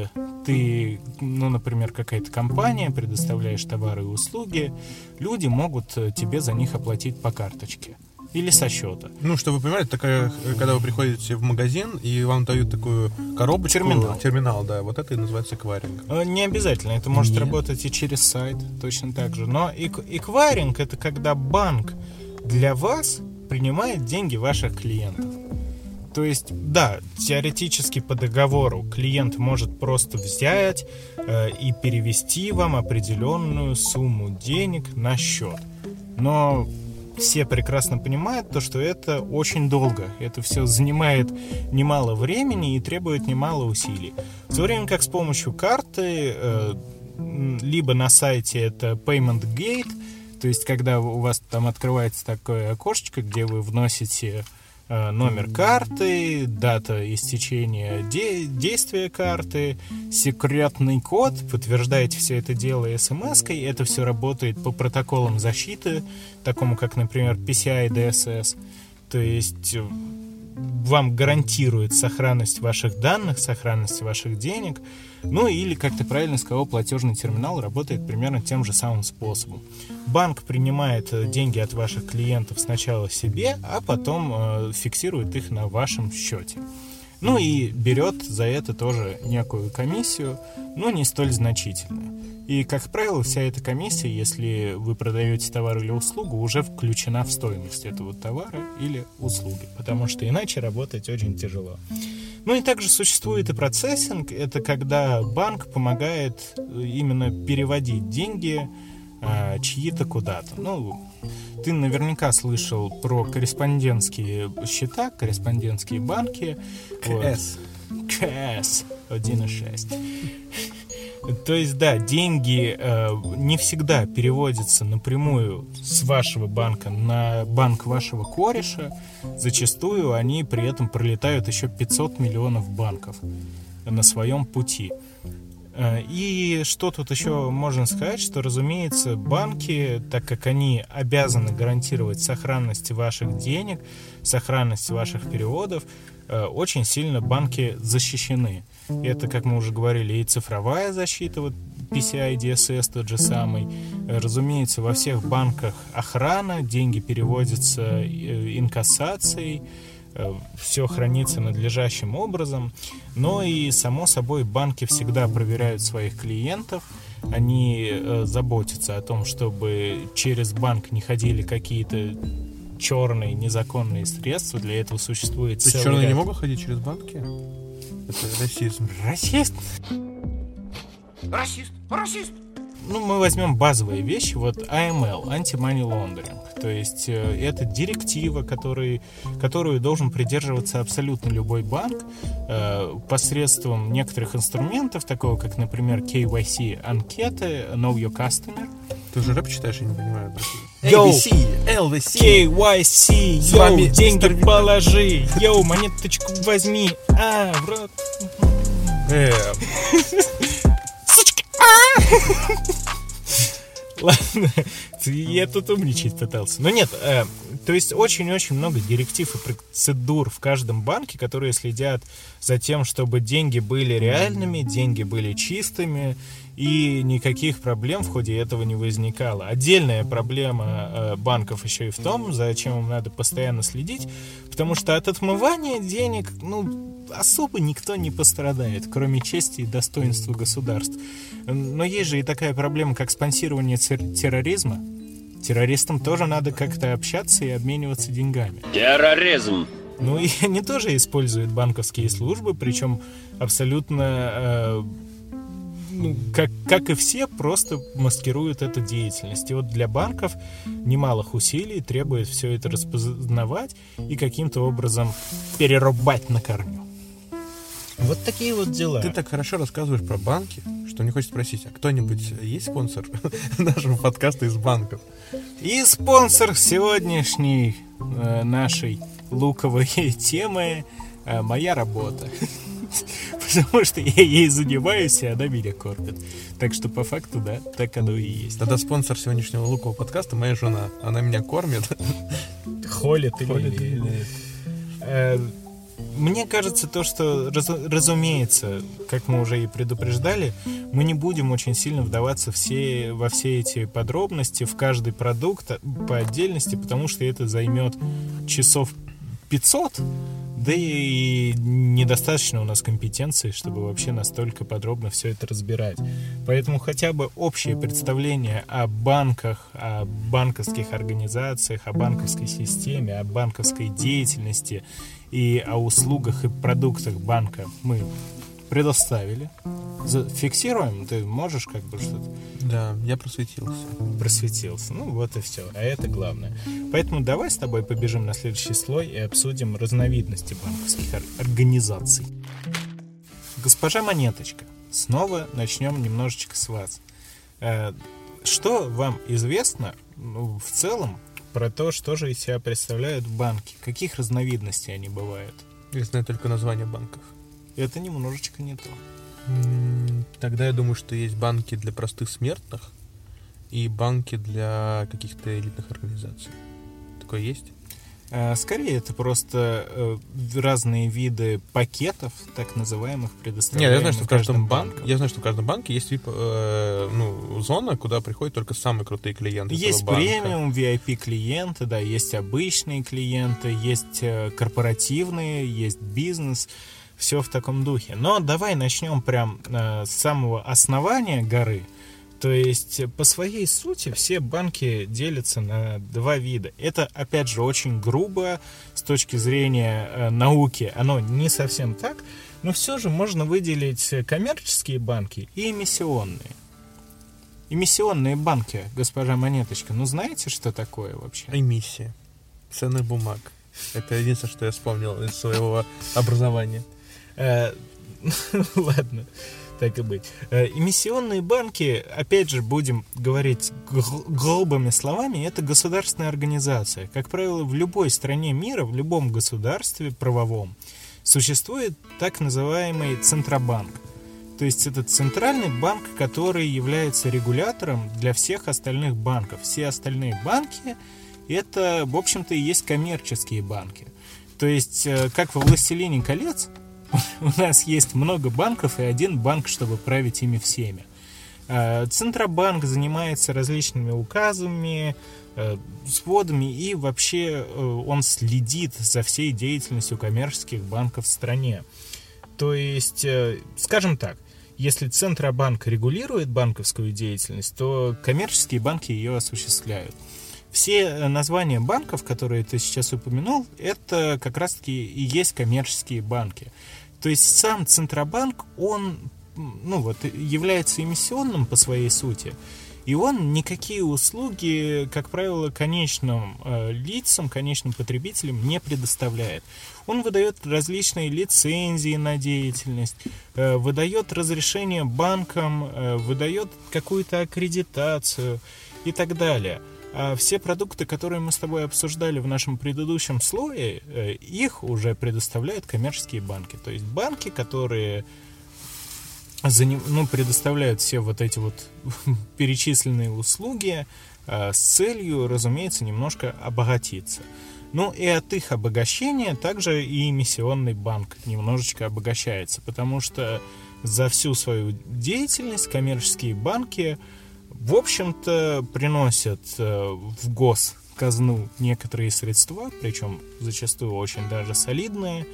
ты, например, какая-то компания, предоставляешь товары и услуги, люди могут тебе за них оплатить по карточке. Или со счета.
Чтобы вы понимали, такая, когда вы приходите в магазин и вам дают такую коробочку. Терминал, да. Вот это и называется эквайринг.
Не обязательно. Это может работать и через сайт, точно так же. Но эквайринг — это когда банк для вас принимает деньги ваших клиентов. То есть, да, теоретически по договору клиент может просто взять и перевести вам определенную сумму денег на счет. Но все прекрасно понимают, что это очень долго. Это все занимает немало времени и требует немало усилий. В то время как с помощью карты, либо на сайте это Payment Gate, то есть когда у вас там открывается такое окошечко, где вы вносите номер карты, дата истечения действия карты, секретный код, подтверждаете все это дело смс-кой, это все работает по протоколам защиты, такому как, например, PCI DSS, то есть вам гарантирует сохранность ваших данных, сохранность ваших денег, или, как ты правильно сказал, платежный терминал работает примерно тем же самым способом. Банк принимает деньги от ваших клиентов сначала себе, а потом фиксирует их на вашем счете. И берет за это тоже некую комиссию, но не столь значительную. И, как правило, вся эта комиссия, если вы продаете товар или услугу, уже включена в стоимость этого товара или услуги, потому что иначе работать очень тяжело. И также существует и процессинг. Это когда банк помогает именно переводить деньги чьи-то куда-то. Ты наверняка слышал про корреспондентские счета, корреспондентские банки. КС 1.6. То есть, да, деньги не всегда переводятся напрямую с вашего банка на банк вашего кореша. Зачастую они при этом пролетают еще 500 миллионов банков на своем пути. И что тут еще можно сказать, что, разумеется, банки, так как они обязаны гарантировать сохранность ваших денег, сохранность ваших переводов, очень сильно банки защищены. Это, как мы уже говорили, и цифровая защита, PCI DSS тот же самый. Разумеется, во всех банках охрана, деньги переводятся инкассацией, все хранится надлежащим образом. Но и, само собой, банки всегда проверяют своих клиентов. Они заботятся о том, чтобы через банк не ходили какие-то черные незаконные средства. Для этого существует целый ряд...
черные не могут ходить через банки? Это расизм.
Расист?
Расист!
Мы возьмем базовые вещи. AML, Anti-Money Laundering. То есть это директива, которую должен придерживаться абсолютно любой банк посредством некоторых инструментов, такого как, например, KYC анкеты, Know Your Customer.
Ты уже рэп читаешь, я не понимаю.
ABC, LVC, KYC, йоу, деньги положи, йоу, монеточку возьми, в рот. Сучка! Ладно, я тут умничать пытался. Но нет, то есть очень-очень много директив и процедур в каждом банке, которые следят за тем, чтобы деньги были реальными, деньги были чистыми, и никаких проблем в ходе этого не возникало. Отдельная проблема банков еще и в том, за чем им надо постоянно следить, потому что от отмывания денег, особо никто не пострадает, кроме чести и достоинства государств. Но есть же и такая проблема, как спонсирование терроризма. Террористам тоже надо как-то общаться и обмениваться деньгами.
Терроризм!
И они тоже используют банковские службы, причем абсолютно... как и все, просто маскируют эту деятельность. И для банков немалых усилий требует все это распознавать и каким-то образом перерубать на корню. Вот такие дела.
Ты так хорошо рассказываешь про банки, что не хочется спросить, а кто-нибудь есть спонсор нашего подкаста из банков?
И спонсор сегодняшней нашей луковой темы моя работа. Потому что я ей занимаюсь, и она меня кормит. Так что по факту, да, так оно и есть.
Тогда спонсор сегодняшнего лукового подкаста моя жена. Она меня кормит.
Холит или... Мне кажется, то, что, разумеется, как мы уже и предупреждали, мы не будем очень сильно вдаваться во все эти подробности, в каждый продукт по отдельности, потому что это займет часов 500, да и недостаточно у нас компетенции, чтобы вообще настолько подробно все это разбирать. Поэтому хотя бы общее представление о банках, о банковских организациях, о банковской системе, о банковской деятельности и о услугах и продуктах банка мы предоставили. Фиксируем? Ты можешь как бы что-то?
Да, я просветился. Ну вот и все. А это главное.
Поэтому давай с тобой побежим на следующий слой и обсудим разновидности банковских организаций. Госпожа Монеточка, снова начнем немножечко с вас. Что вам известно в целом про то, что же из себя представляют банки? Каких разновидностей они бывают?
Я знаю только название банков.
Это немножечко не то.
Тогда я думаю, что есть банки для простых смертных и банки для каких-то элитных организаций. Такое есть?
Скорее, это просто разные виды пакетов, так называемых, предоставляемых.
Нет, я знаю, что в каждом банке есть зона, куда приходят только самые крутые клиенты.
Есть премиум, VIP клиенты, да, есть обычные клиенты, есть корпоративные, есть бизнес. Все в таком духе. Но давай начнем прям с самого основания горы. То есть по своей сути все банки делятся на два вида. Это, опять же, очень грубо с точки зрения науки. Оно не совсем так, но все же можно выделить коммерческие банки и эмиссионные. Эмиссионные банки, госпожа Монеточка, ну знаете, что такое вообще?
Эмиссия ценных бумаг. Это единственное, что я вспомнил из своего образования.
Ладно, так и быть. Эмиссионные банки, опять же, будем говорить грубыми словами, это государственная организация. Как правило, в любой стране мира, в любом государстве правовом существует так называемый Центробанк. То есть это центральный банк, который является регулятором для всех остальных банков. Все остальные банки это, в общем-то, и есть коммерческие банки. То есть, как во «Властелине колец», у нас есть много банков и один банк, чтобы править ими всеми. Центробанк занимается различными указами, сводами, и вообще он следит за всей деятельностью коммерческих банков в стране. То есть, скажем так, если Центробанк регулирует банковскую деятельность, то коммерческие банки ее осуществляют. Все названия банков, которые ты сейчас упомянул, это как раз-таки и есть коммерческие банки. То есть сам Центробанк, он является эмиссионным по своей сути, и он никакие услуги, как правило, конечным лицам, конечным потребителям не предоставляет. Он выдает различные лицензии на деятельность, выдает разрешение банкам, выдает какую-то аккредитацию и так далее. А все продукты, которые мы с тобой обсуждали в нашем предыдущем слое, их уже предоставляют коммерческие банки. То есть банки, которые предоставляют все вот эти вот перечисленные услуги с целью, разумеется, немножко обогатиться. Ну и от их обогащения также и эмиссионный банк немножечко обогащается, потому что за всю свою деятельность коммерческие банки, в общем-то, приносят в госказну некоторые средства, причем зачастую очень даже солидные.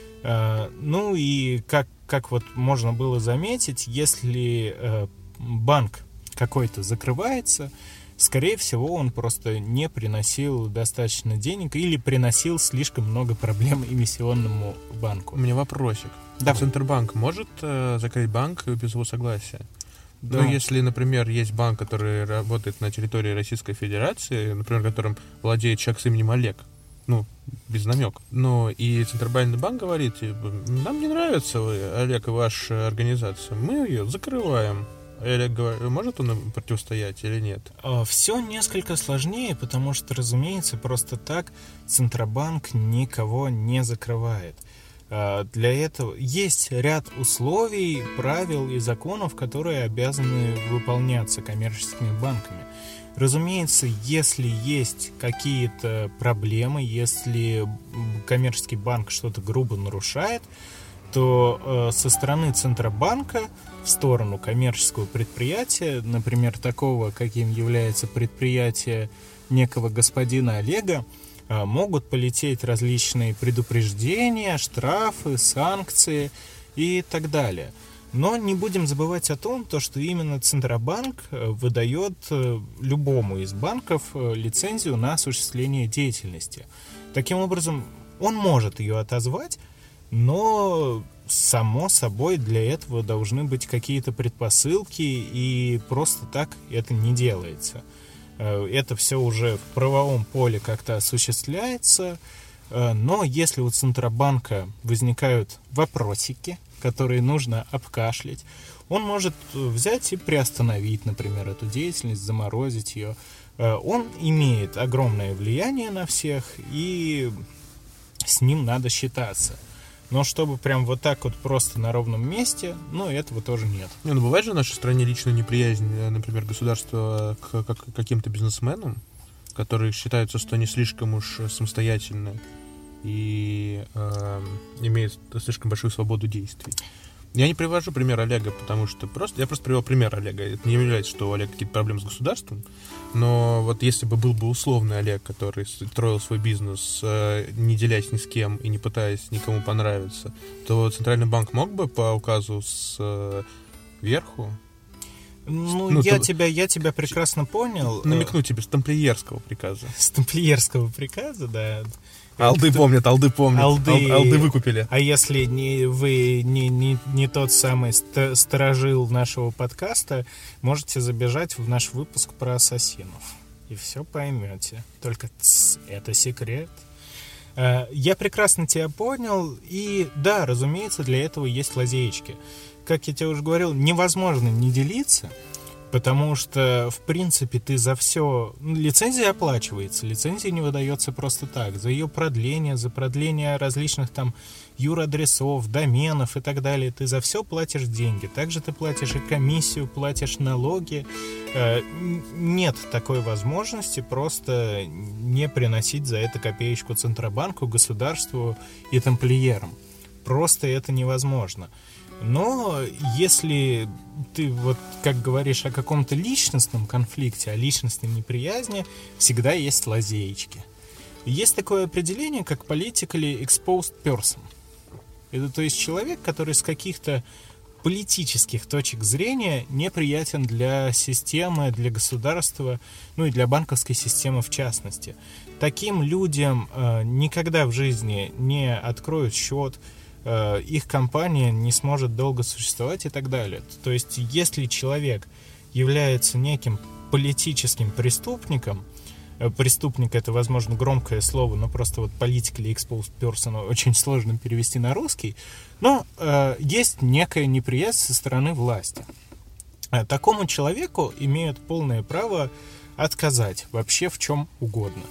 Ну и как вот можно было заметить, если банк какой-то закрывается, скорее всего, он просто не приносил достаточно денег или приносил слишком много проблем эмиссионному банку.
У меня вопросик.
Да.
Центробанк может закрыть банк без его согласия?
Да.
Ну, если, например, есть банк, который работает на территории Российской Федерации, например, которым владеет человек с именем Олег, без намека. Но и Центробанк банк говорит, нам не нравится, Олег, ваша организация, мы ее закрываем. Олег говорит, может он им противостоять или нет?
Все несколько сложнее, потому что, разумеется, просто так Центробанк никого не закрывает. Для этого есть ряд условий, правил и законов, которые обязаны выполняться коммерческими банками. Разумеется, если есть какие-то проблемы, если коммерческий банк что-то грубо нарушает, то со стороны Центробанка в сторону коммерческого предприятия, например, такого, каким является предприятие некого господина Олега, могут полететь различные предупреждения, штрафы, санкции и так далее. Но не будем забывать о том, что именно Центробанк выдает любому из банков лицензию на осуществление деятельности. Таким образом, он может ее отозвать, но, само собой, для этого должны быть какие-то предпосылки, и просто так это не делается. Это все уже в правовом поле как-то осуществляется, но если у Центробанка возникают вопросики, которые нужно обкашлять, он может взять и приостановить, например, эту деятельность, заморозить ее. Он имеет огромное влияние на всех, и с ним надо считаться. Но чтобы прям вот так вот просто на ровном месте, этого тоже нет.
Ну, бывает же в нашей стране личная неприязнь, например, государства к каким-то бизнесменам, которые считаются, что они слишком уж самостоятельны и имеют слишком большую свободу действий. Я не привожу пример Олега, потому что я просто привел пример Олега. Это не является, что у Олега какие-то проблемы с государством, но вот если бы был бы условный Олег, который строил свой бизнес, не делясь ни с кем и не пытаясь никому понравиться, то Центральный банк мог бы по указу сверху...
Я тебя прекрасно понял.
Намекну тебе, с тамплиерского приказа.
С тамплиерского приказа, да.
Алды помнят. Алды выкупили.
А если вы не тот самый сторожил нашего подкаста, можете забежать в наш выпуск про ассасинов. И все поймете. Только это секрет. Я прекрасно тебя понял. И да, разумеется, для этого есть лазеечки. Как я тебе уже говорил, невозможно не делиться, потому что, в принципе, ты за все... лицензия оплачивается, лицензия не выдается просто так. За ее продление, за продление различных там юрадресов, доменов и так далее, ты за все платишь деньги. Также ты платишь и комиссию, платишь налоги. Нет такой возможности просто не приносить за это копеечку Центробанку, государству и тамплиерам. Просто это невозможно. Но если ты, вот как говоришь, о каком-то личностном конфликте, о личностной неприязни, всегда есть лазеечки. Есть такое определение, как politically exposed person. Это то есть человек, который с каких-то политических точек зрения неприятен для системы, для государства, и для банковской системы в частности. Таким людям никогда в жизни не откроют счет, их компания не сможет долго существовать и так далее. То есть, если человек является неким политическим преступником, преступник — это, возможно, громкое слово, но просто вот politically exposed person очень сложно перевести на русский, но есть некая неприязнь со стороны власти. Такому человеку имеют полное право отказать вообще в чем угодно.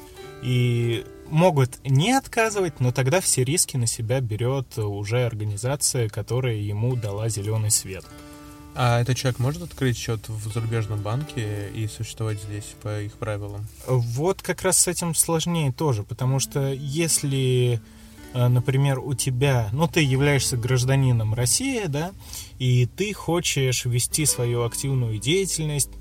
И могут не отказывать, но тогда все риски на себя берет уже организация, которая ему дала зеленый свет.
А этот человек может открыть счет в зарубежном банке и существовать здесь по их правилам?
Вот как раз с этим сложнее тоже, потому что если, например, у тебя, ты являешься гражданином России, да, и ты хочешь вести свою активную деятельность,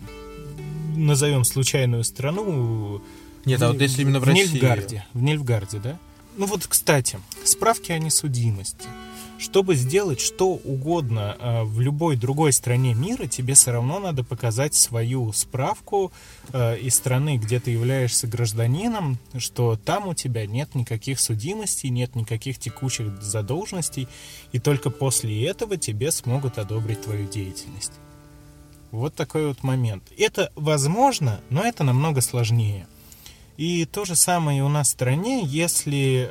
назовем случайную страну.
Нет, а вот если именно в России...
В Нильфгарде, да? Кстати, справки о несудимости. Чтобы сделать что угодно в любой другой стране мира, тебе все равно надо показать свою справку из страны, где ты являешься гражданином, что там у тебя нет никаких судимостей, нет никаких текущих задолженностей, и только после этого тебе смогут одобрить твою деятельность. Вот такой вот момент. Это возможно, но это намного сложнее. И то же самое и у нас в стране, если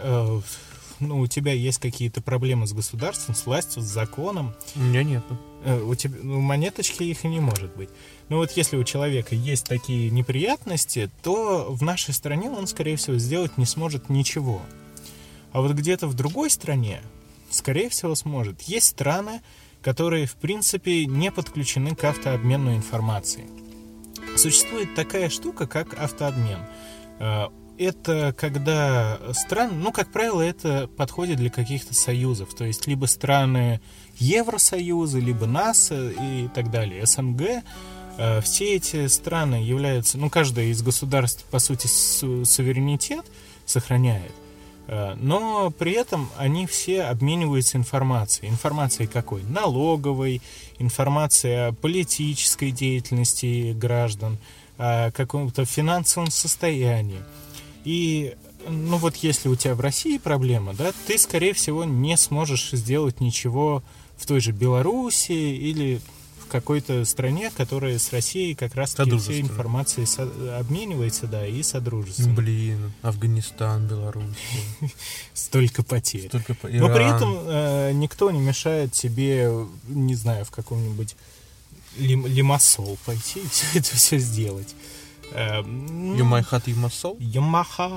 у тебя есть какие-то проблемы с государством, с властью, с законом.
У меня нет.
У тебя, монеточки их и не может быть. Если у человека есть такие неприятности, то в нашей стране он, скорее всего, сделать не сможет ничего. А вот где-то в другой стране, скорее всего, сможет. Есть страны, которые, в принципе, не подключены к автообмену информацией. Существует такая штука, как автообмен. Это когда страны, ну, как правило, это подходит для каких-то союзов, то есть либо страны Евросоюза, либо НАСА и так далее, СНГ. Все эти страны являются, ну, каждое из государств, по сути, суверенитет сохраняет, но при этом они все обмениваются информацией. Информацией какой? Налоговой, информацией о политической деятельности граждан, о каком-то финансовом состоянии. И, ну вот если у тебя в России проблема, да, ты, скорее всего, не сможешь сделать ничего в той же Беларуси или в какой-то стране, которая с Россией как раз-таки всей информацией обменивается, да, и содружественна.
Блин, Афганистан, Беларусь.
Столько потерь. Но при этом никто не мешает тебе, не знаю, в каком-нибудь Лимассол пойти и все сделать.
You might have Limassol?
Yamaha.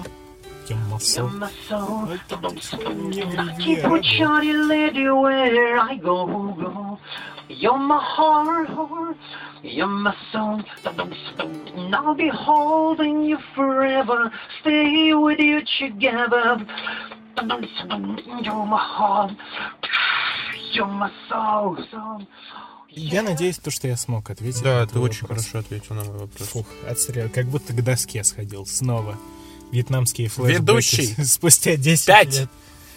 Keep a shawty lady where I go. You're my heart, you're my soul. And I'll be holding you forever. Stay with you together. You're my heart, you're my soul.
Я надеюсь, что я смог ответить.
Да, ты очень хорошо ответил на мой вопрос.
Фух, отстрел, как будто к доске сходил снова. Вьетнамские флешбеки спустя 10 лет.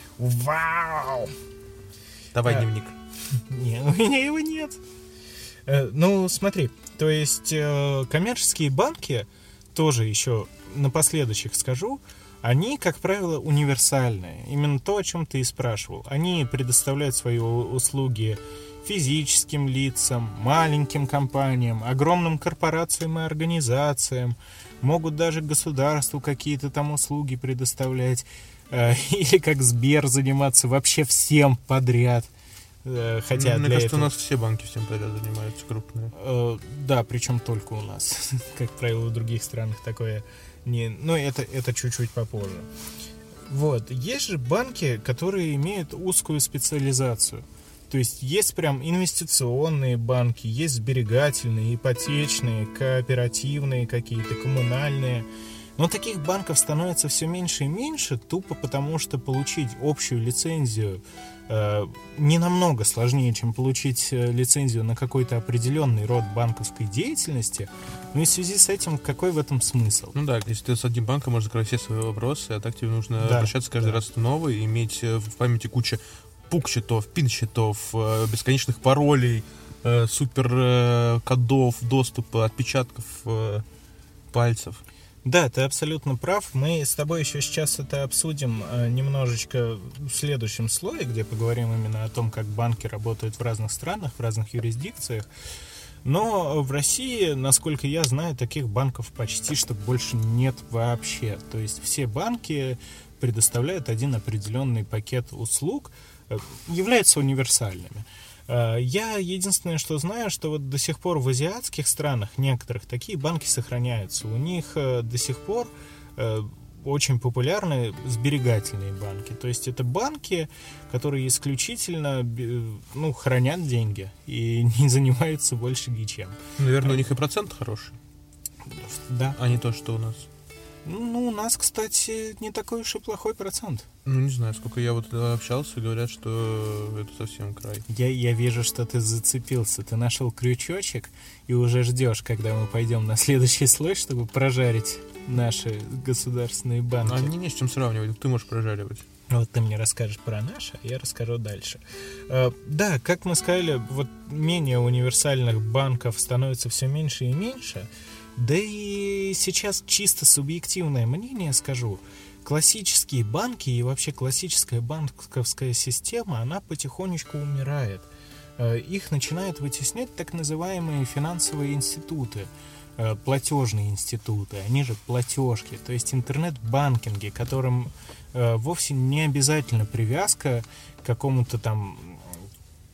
Вау!
Давай дневник.
Не, у меня его нет. Ну, смотри, то есть коммерческие банки, тоже еще напоследочек скажу, они, как правило, универсальные. Именно то, о чем ты и спрашивал. Они предоставляют свои услуги физическим лицам, маленьким компаниям, огромным корпорациям и организациям, могут даже государству какие-то там услуги предоставлять, или как Сбер заниматься вообще всем подряд. Хотя
мне кажется, у нас все банки всем подряд занимаются, крупные.
Да, причем только у нас. Как правило, в других странах такое не... Ну, это чуть-чуть попозже. Вот. Есть же банки, которые имеют узкую специализацию. То есть есть прям инвестиционные банки, есть сберегательные, ипотечные, кооперативные какие-то, коммунальные. Но таких банков становится все меньше и меньше, тупо потому что получить общую лицензию не намного сложнее, чем получить лицензию на какой-то определенный род банковской деятельности. Ну и в связи с этим, какой в этом смысл?
Ну да, если ты с одним банком можешь закрыть все свои вопросы, а так тебе нужно обращаться каждый раз в новый, иметь в памяти кучу пук-счетов, пин-счетов, бесконечных паролей, супер-кодов, доступа, отпечатков пальцев.
Да, ты абсолютно прав. Мы с тобой еще сейчас это обсудим немножечко в следующем слое, где поговорим именно о том, как банки работают в разных странах, в разных юрисдикциях. Но в России, насколько я знаю, таких банков почти что больше нет вообще. То есть все банки предоставляют один определенный пакет услуг, являются универсальными. Я единственное, что знаю, что вот до сих пор в азиатских странах некоторых такие банки сохраняются. У них до сих пор очень популярны сберегательные банки. То есть это банки, которые исключительно хранят деньги и не занимаются больше ничем.
Наверное, у них и процент хороший.
Да.
А не то, что у нас.
Ну, у нас, кстати, не такой уж и плохой процент.
Ну, не знаю, сколько я вот общался, говорят, что это совсем край.
Я вижу, что ты зацепился. Ты нашел крючочек и уже ждешь, когда мы пойдем на следующий слой, чтобы прожарить наши государственные банки.
Они не с чем сравнивать, ты можешь прожаривать.
Вот ты мне расскажешь про наши, а я расскажу дальше. Да, как мы сказали, вот менее универсальных банков становится все меньше и меньше. Да и сейчас чисто субъективное мнение скажу. Классические банки и вообще классическая банковская система, она потихонечку умирает. Их начинают вытеснять так называемые финансовые институты, платежные институты, они же платежки, то есть интернет-банкинги, которым вовсе не обязательно привязка к какому-то там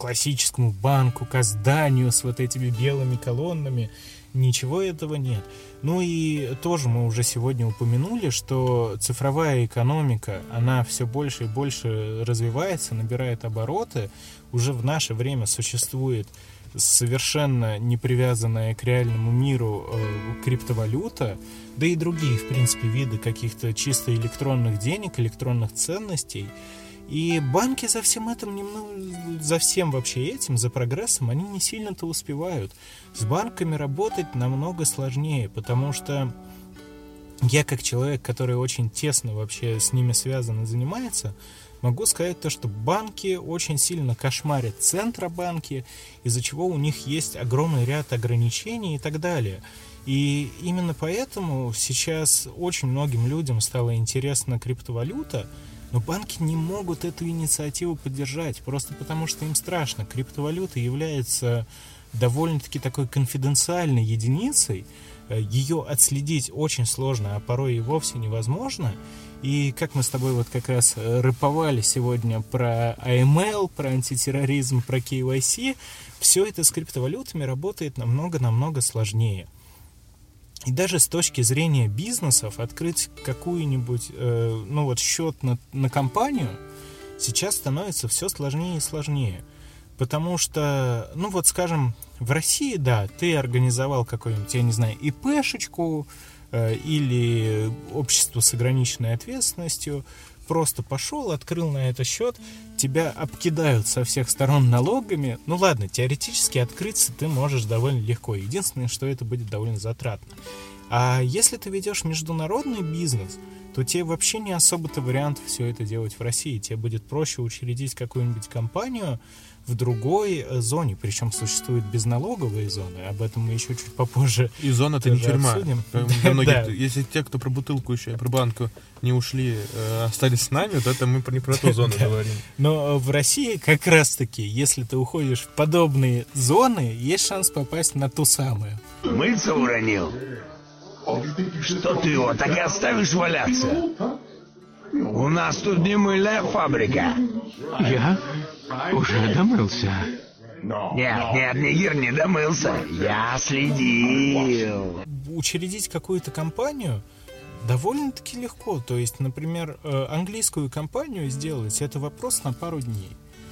классическому банку, к зданию с вот этими белыми колоннами. Ничего этого нет. Ну и тоже мы уже сегодня упомянули, что цифровая экономика, она все больше и больше развивается, набирает обороты. Уже в наше время существует совершенно не привязанная к реальному миру криптовалюта, да и другие, в принципе, виды каких-то чисто электронных денег, электронных ценностей. И банки за всем этим, за всем вообще этим, за прогрессом, они не сильно-то успевают. С банками работать намного сложнее, потому что я, как человек, который очень тесно вообще с ними связан и занимается, могу сказать то, что банки очень сильно кошмарят центробанки, из-за чего у них есть огромный ряд ограничений и так далее. И именно поэтому сейчас очень многим людям стала интересна криптовалюта, но банки не могут эту инициативу поддержать, просто потому что им страшно. Криптовалюта является довольно-таки такой конфиденциальной единицей, ее отследить очень сложно, а порой и вовсе невозможно. И как мы с тобой вот как раз рэповали сегодня про AML, про антитерроризм, про KYC, все это с криптовалютами работает намного-намного сложнее. И даже с точки зрения бизнесов открыть какую-нибудь, счет на компанию сейчас становится все сложнее и сложнее. Потому что, скажем, в России, да, ты организовал какую-нибудь, я не знаю, ИПшечку или общество с ограниченной ответственностью, просто пошел, открыл на это счет, тебя обкидают со всех сторон налогами. Ну ладно, теоретически открыться ты можешь довольно легко. Единственное, что это будет довольно затратно. А если ты ведешь международный бизнес, то тебе вообще не особо-то вариант все это делать в России. Тебе будет проще учредить какую-нибудь компанию в другой зоне, причем существуют безналоговые зоны, об этом мы еще чуть попозже.
И зона это не тюрьма. Для многих,
да.
Если те, кто про бутылку еще и про банку не ушли, остались с нами, то это мы не про ту зону говорим.
Но в России как раз-таки, если ты уходишь в подобные зоны, есть шанс попасть на ту самую.
Мыться уронил? Что ты его так и оставишь валяться? У нас тут не мыльная фабрика.
Я уже домылся.
Нет, Нигер не домылся. Я следил.
Учредить какую-то компанию довольно-таки легко. То есть, например, английскую компанию сделать — это вопрос на пару дней.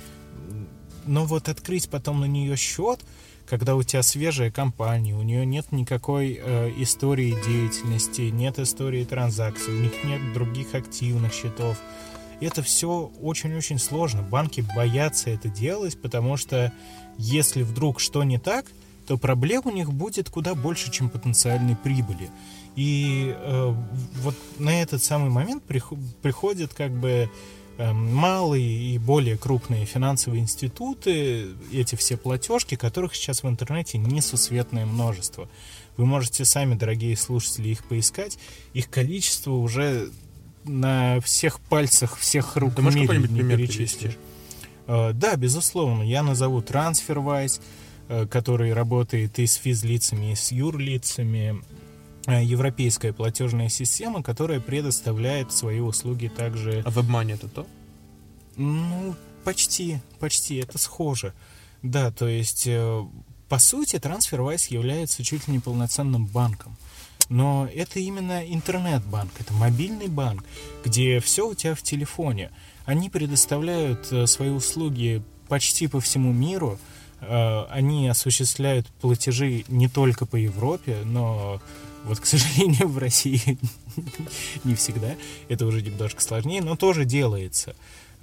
Но вот открыть потом на нее счет, когда у тебя свежая компания, у нее нет никакой истории деятельности, нет истории транзакций, у них нет других активных счетов. Это все очень-очень сложно. Банки боятся это делать, потому что если вдруг что не так, то проблем у них будет куда больше, чем потенциальной прибыли. И вот на этот самый момент приходят как бы малые и более крупные финансовые институты, эти все платежки, которых сейчас в интернете несусветное множество. Вы можете сами, дорогие слушатели, их поискать. Их количество уже на всех пальцах всех рук в мире не перечислишь. Да, безусловно. Я назову TransferWise, который работает и с физлицами, и с юрлицами. Европейская платежная система, которая предоставляет свои услуги также...
А WebMoney это то?
Ну, почти, это схоже. Да, то есть, по сути, TransferWise является чуть ли не полноценным банком. Но это именно интернет-банк, это мобильный банк, где все у тебя в телефоне. Они предоставляют свои услуги почти по всему миру. Они осуществляют платежи не только по Европе, но... Вот, к сожалению, в России не всегда. Это уже немножко сложнее, но тоже делается.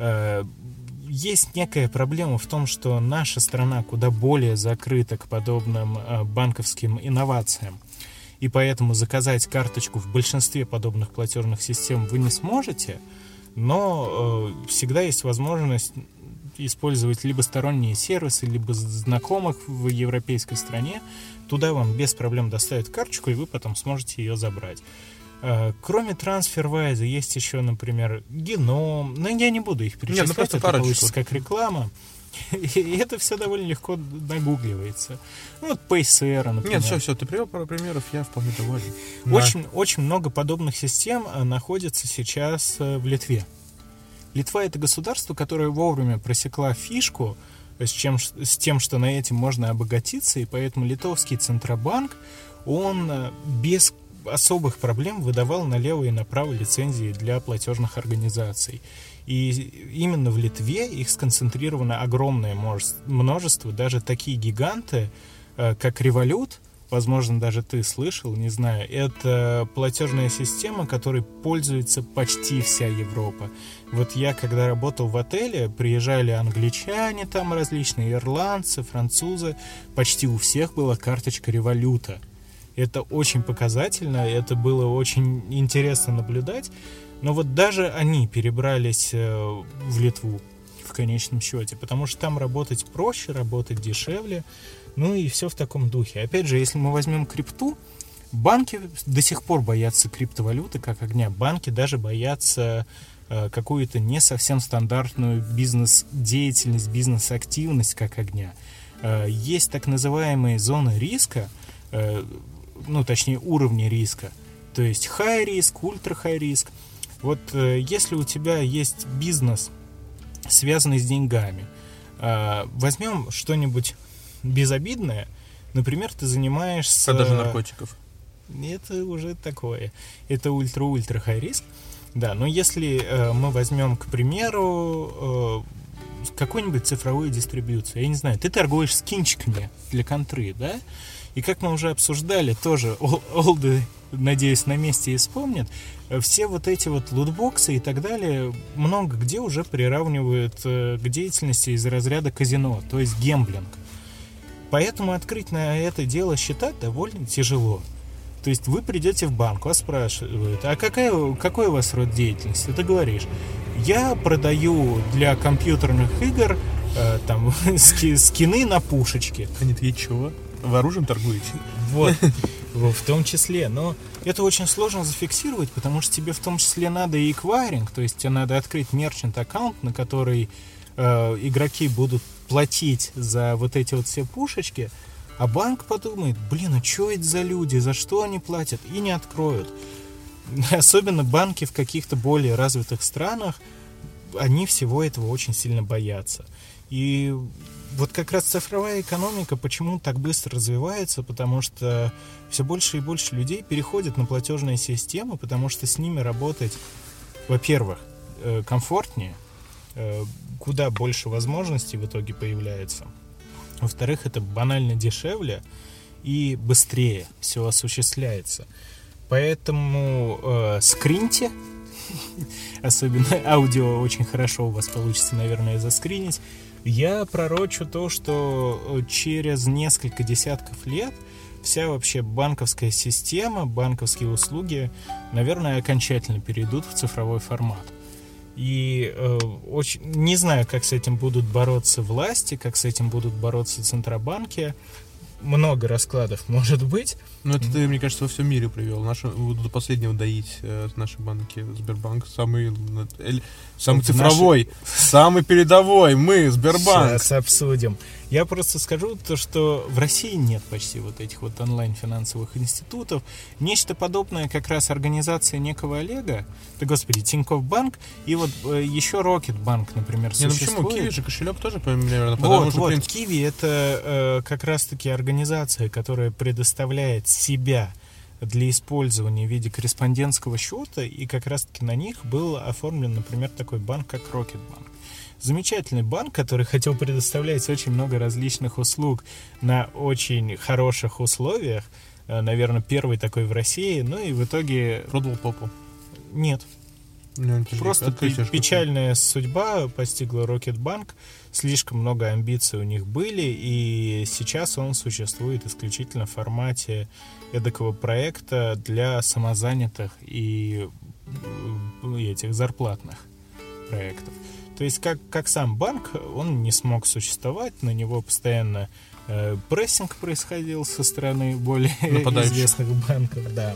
Есть некая проблема в том, что наша страна куда более закрыта к подобным банковским инновациям. И поэтому заказать карточку в большинстве подобных платежных систем вы не сможете, но всегда есть возможность использовать либо сторонние сервисы, либо знакомых в европейской стране. Туда вам без проблем доставят карточку, и вы потом сможете ее забрать. Кроме TransferWise есть еще, например, Геном. Но я не буду их перечислять, это получится как реклама. И это все довольно легко нагугливается. Ну, вот Paysera, например.
Нет, все, ты привел пару примеров, я вполне доволен.
Очень много подобных систем находится сейчас в Литве. Литва — это государство, которое вовремя просекла фишку с тем, что на этом можно обогатиться, и поэтому литовский Центробанк, он без особых проблем выдавал налево и направо лицензии для платежных организаций. И именно в Литве их сконцентрировано огромное множество, даже такие гиганты, как Revolut, возможно, даже ты слышал, не знаю, это платежная система, которой пользуется почти вся Европа. Вот я, когда работал в отеле, приезжали англичане там различные, ирландцы, французы, почти у всех была карточка Revolut. Это очень показательно, это было очень интересно наблюдать. Но вот даже они перебрались в Литву в конечном счете, потому что там работать проще, работать дешевле, ну и все в таком духе. Опять же, если мы возьмем крипту, банки до сих пор боятся криптовалюты как огня. Банки даже боятся какую-то не совсем стандартную бизнес-деятельность, бизнес-активность как огня. Есть так называемые зоны риска, ну точнее уровни риска, то есть high risk, ultra high risk. Вот если у тебя есть бизнес, связанный с деньгами, возьмем что-нибудь безобидное, например, ты занимаешься...
Продажа наркотиков.
Это уже такое. Это ультра-ультра high risk. Да, но если мы возьмем, к примеру, какую-нибудь цифровую дистрибьюцию, я не знаю, ты торгуешь скинчиками для контры, да? И как мы уже обсуждали, тоже олды, надеюсь, на месте и вспомнят, все вот эти вот лутбоксы и так далее много где уже приравнивают к деятельности из разряда казино, то есть гэмблинг. Поэтому открыть на это дело счета довольно тяжело. То есть вы придете в банк, вас спрашивают, а какой у вас род деятельности? Ты говоришь, я продаю для компьютерных игр там скины на пушечки.
Они такие, чего? Вы оружием торгуете?
Вот, в том числе. Но это очень сложно зафиксировать, потому что тебе в том числе надо и эквайринг, то есть тебе надо открыть мерчант аккаунт, на который игроки будут платить за вот эти вот все пушечки, а банк подумает, блин, а что это за люди, за что они платят, и не откроют. Особенно банки в каких-то более развитых странах, они всего этого очень сильно боятся. И вот как раз цифровая экономика почему так быстро развивается, потому что все больше и больше людей переходят на платежные системы, потому что с ними работать, во-первых, комфортнее, куда больше возможностей в итоге появляется. Во-вторых, это банально дешевле и быстрее все осуществляется. Поэтому скриньте, особенно аудио очень хорошо у вас получится, наверное, заскринить. Я пророчу то, что через несколько десятков лет вся вообще банковская система, банковские услуги, наверное, окончательно перейдут в цифровой формат. И очень не знаю, как с этим будут бороться власти, как с этим будут бороться центробанки. Много раскладов может быть.
Ну, это ты, мне кажется, во всем мире привел. Наши будут до последнего доить наши банки. Сбербанк самый цифровой, самый передовой. Мы, Сбербанк.
Сейчас обсудим. Я просто скажу то, что в России нет почти вот этих вот онлайн-финансовых институтов. Нечто подобное как раз организация некого Олега, да господи, Тинькофф Банк, и вот еще Рокетбанк, например, существует.
Ну почему? Киви же кошелек тоже, примерно.
Вот, Киви это как раз-таки организация, которая предоставляет себя для использования в виде корреспондентского счета, и как раз-таки на них был оформлен, например, такой банк, как Рокетбанк. Замечательный банк, который хотел предоставлять очень много различных услуг на очень хороших условиях. Наверное, первый такой в России. Ну и в итоге...
Продал попу?
Нет. Просто печальная судьба постигла Рокетбанк. Слишком много амбиций у них были. И сейчас он существует исключительно в формате эдакого проекта для самозанятых и этих зарплатных проектов. То есть, как сам банк, он не смог существовать, на него постоянно прессинг происходил со стороны более известных банков. Да.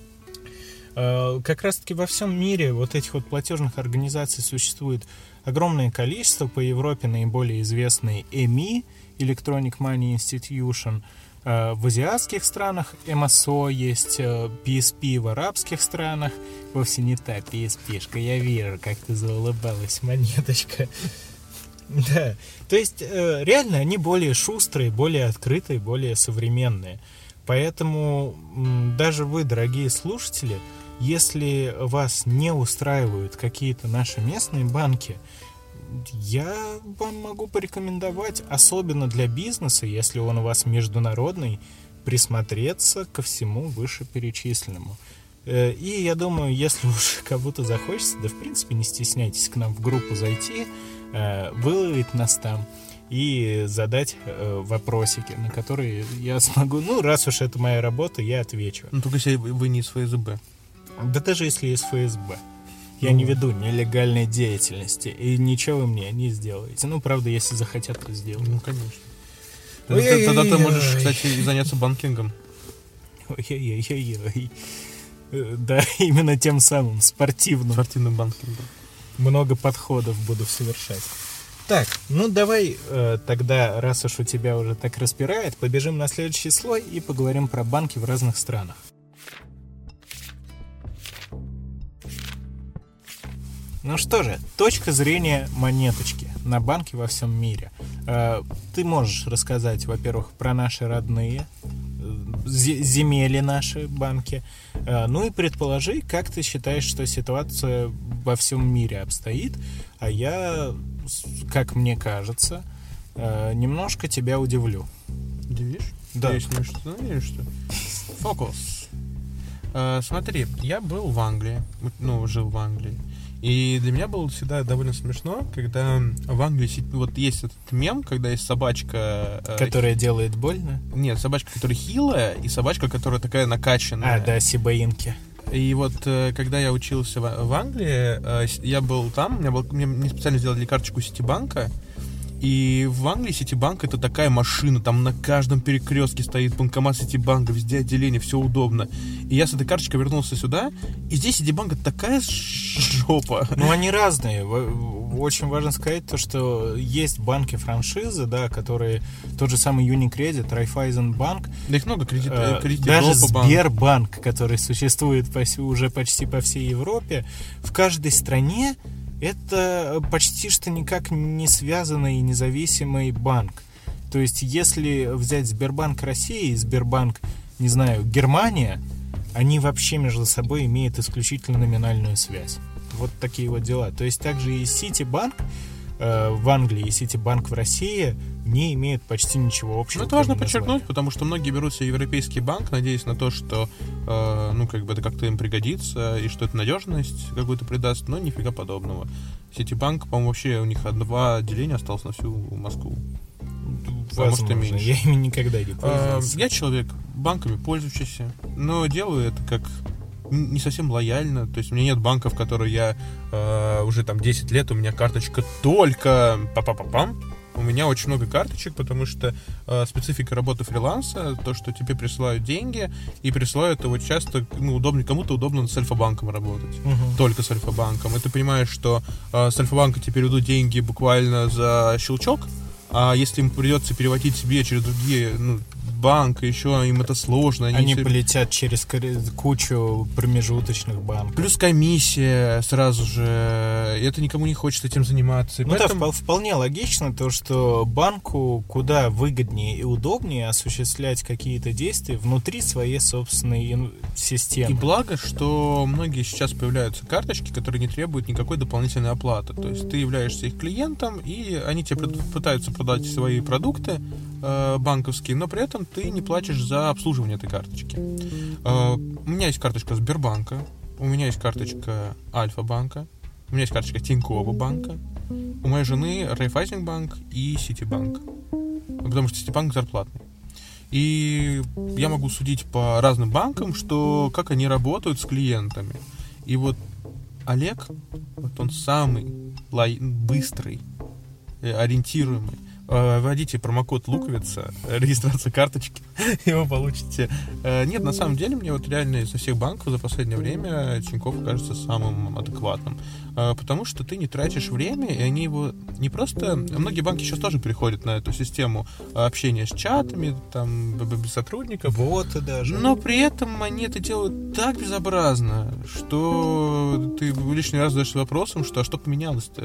Как раз-таки во всем мире вот этих вот платежных организаций существует огромное количество. По Европе наиболее известный EMI, Electronic Money Institution. В азиатских странах MSO есть, PSP в арабских странах. Вовсе не та PSP-шка, я вижу, как ты заулыбалась, монеточка. Да, то есть реально они более шустрые, более открытые, более современные. Поэтому даже вы, дорогие слушатели, если вас не устраивают какие-то наши местные банки, я вам могу порекомендовать, особенно для бизнеса, если он у вас международный, присмотреться ко всему вышеперечисленному. И я думаю, если уж кому-то захочется, да в принципе не стесняйтесь к нам в группу зайти, выловить нас там и задать вопросики, на которые я смогу, раз уж это моя работа, я отвечу.
Только если вы не из ФСБ.
Да даже если из ФСБ. Я не веду нелегальной деятельности, и ничего вы мне не сделаете. Правда, если захотят, то сделают.
Конечно. Тогда ты можешь, кстати, заняться банкингом.
Ой-ой-ой-ой. Да, именно тем самым, спортивным
банкингом.
Много подходов буду совершать. Так, давай тогда, раз уж у тебя уже так распирает, побежим на следующий слой и поговорим про банки в разных странах. Ну что же, точка зрения монеточки на банки во всем мире. Ты можешь рассказать, во-первых, про наши родные земели, наши банки. И предположи, как ты считаешь, что ситуация во всем мире обстоит. А я, как мне кажется, немножко тебя удивлю.
Удивишь?
Да.
Я что? Фокус. Смотри, я был в Англии, жил в Англии. И для меня было всегда довольно смешно, когда в Англии есть этот мем, когда есть собачка...
Которая делает больно?
Нет, собачка, которая хилая, и собачка, которая такая накачанная.
Да, сибаинки.
И когда я учился в Англии, я был там, мне специально сделали карточку Ситибанка. И в Англии Ситибанк — это такая машина, там на каждом перекрестке стоит банкомат Ситибанка, везде отделение, все удобно. И я с этой карточкой вернулся сюда, и здесь Ситибанк — это такая жопа.
Они разные. Очень важно сказать то, что есть банки-франшизы, да, которые тот же самый Unicredit, Raiffeisenbank.
Да их много кредитов.
Даже Сбербанк, который существует уже почти по всей Европе, в каждой стране это почти что никак не связанный и независимый банк. То есть, если взять Сбербанк России и Сбербанк, не знаю, Германия, они вообще между собой имеют исключительно номинальную связь. Вот такие вот дела. То есть, также и Ситибанк в Англии и Ситибанк в России не имеют почти ничего общего.
Это важно подчеркнуть, потому что многие берут себе европейский банк, надеясь на то, что это как-то им пригодится, и что это надежность какую-то придаст, но нифига подобного. Ситибанк, по-моему, вообще у них 2 отделения осталось на всю Москву.
Возможно, я ими никогда не пользовался.
Я человек банками пользующийся, но делаю это как не совсем лояльно. То есть у меня нет банка, в который я уже 10 лет, у меня карточка только па-па-па-пам. У меня очень много карточек, потому что специфика работы фриланса, то, что тебе присылают деньги, и присылают его часто, кому-то удобно с Альфа-банком работать. Только с Альфа-банком. И ты понимаешь, что с Альфа-банка тебе идут деньги буквально за щелчок, а если им придется переводить себе через другие банка, еще им это сложно.
Они полетят через кучу промежуточных банков.
Плюс комиссия сразу же. Это никому не хочет этим заниматься.
Поэтому... вполне логично то, что банку куда выгоднее и удобнее осуществлять какие-то действия внутри своей собственной системы.
И благо, что многие сейчас появляются карточки, которые не требуют никакой дополнительной оплаты. То есть ты являешься их клиентом, и они тебе пытаются продать свои продукты банковские, но при этом ты не платишь за обслуживание этой карточки. У меня есть карточка Сбербанка, у меня есть карточка Альфа-банка, у меня есть карточка Тинькова банка, у моей жены Райфайзенбанк и Ситибанк, потому что Ситибанк зарплатный. И я могу судить по разным банкам, как они работают с клиентами. И Олег, он самый быстрый, ориентируемый. Вводите промокод Луковица, регистрация карточки, и вы получите. Нет, на самом деле, мне реально из всех банков за последнее время Тинькофф кажется самым адекватным. Потому что ты не тратишь время, и они его не просто... Многие банки сейчас тоже переходят на эту систему общения с чатами, без сотрудников.
Вот и даже.
Но при этом они это делают так безобразно, что ты лишний раз задаешься вопросом, что поменялось-то?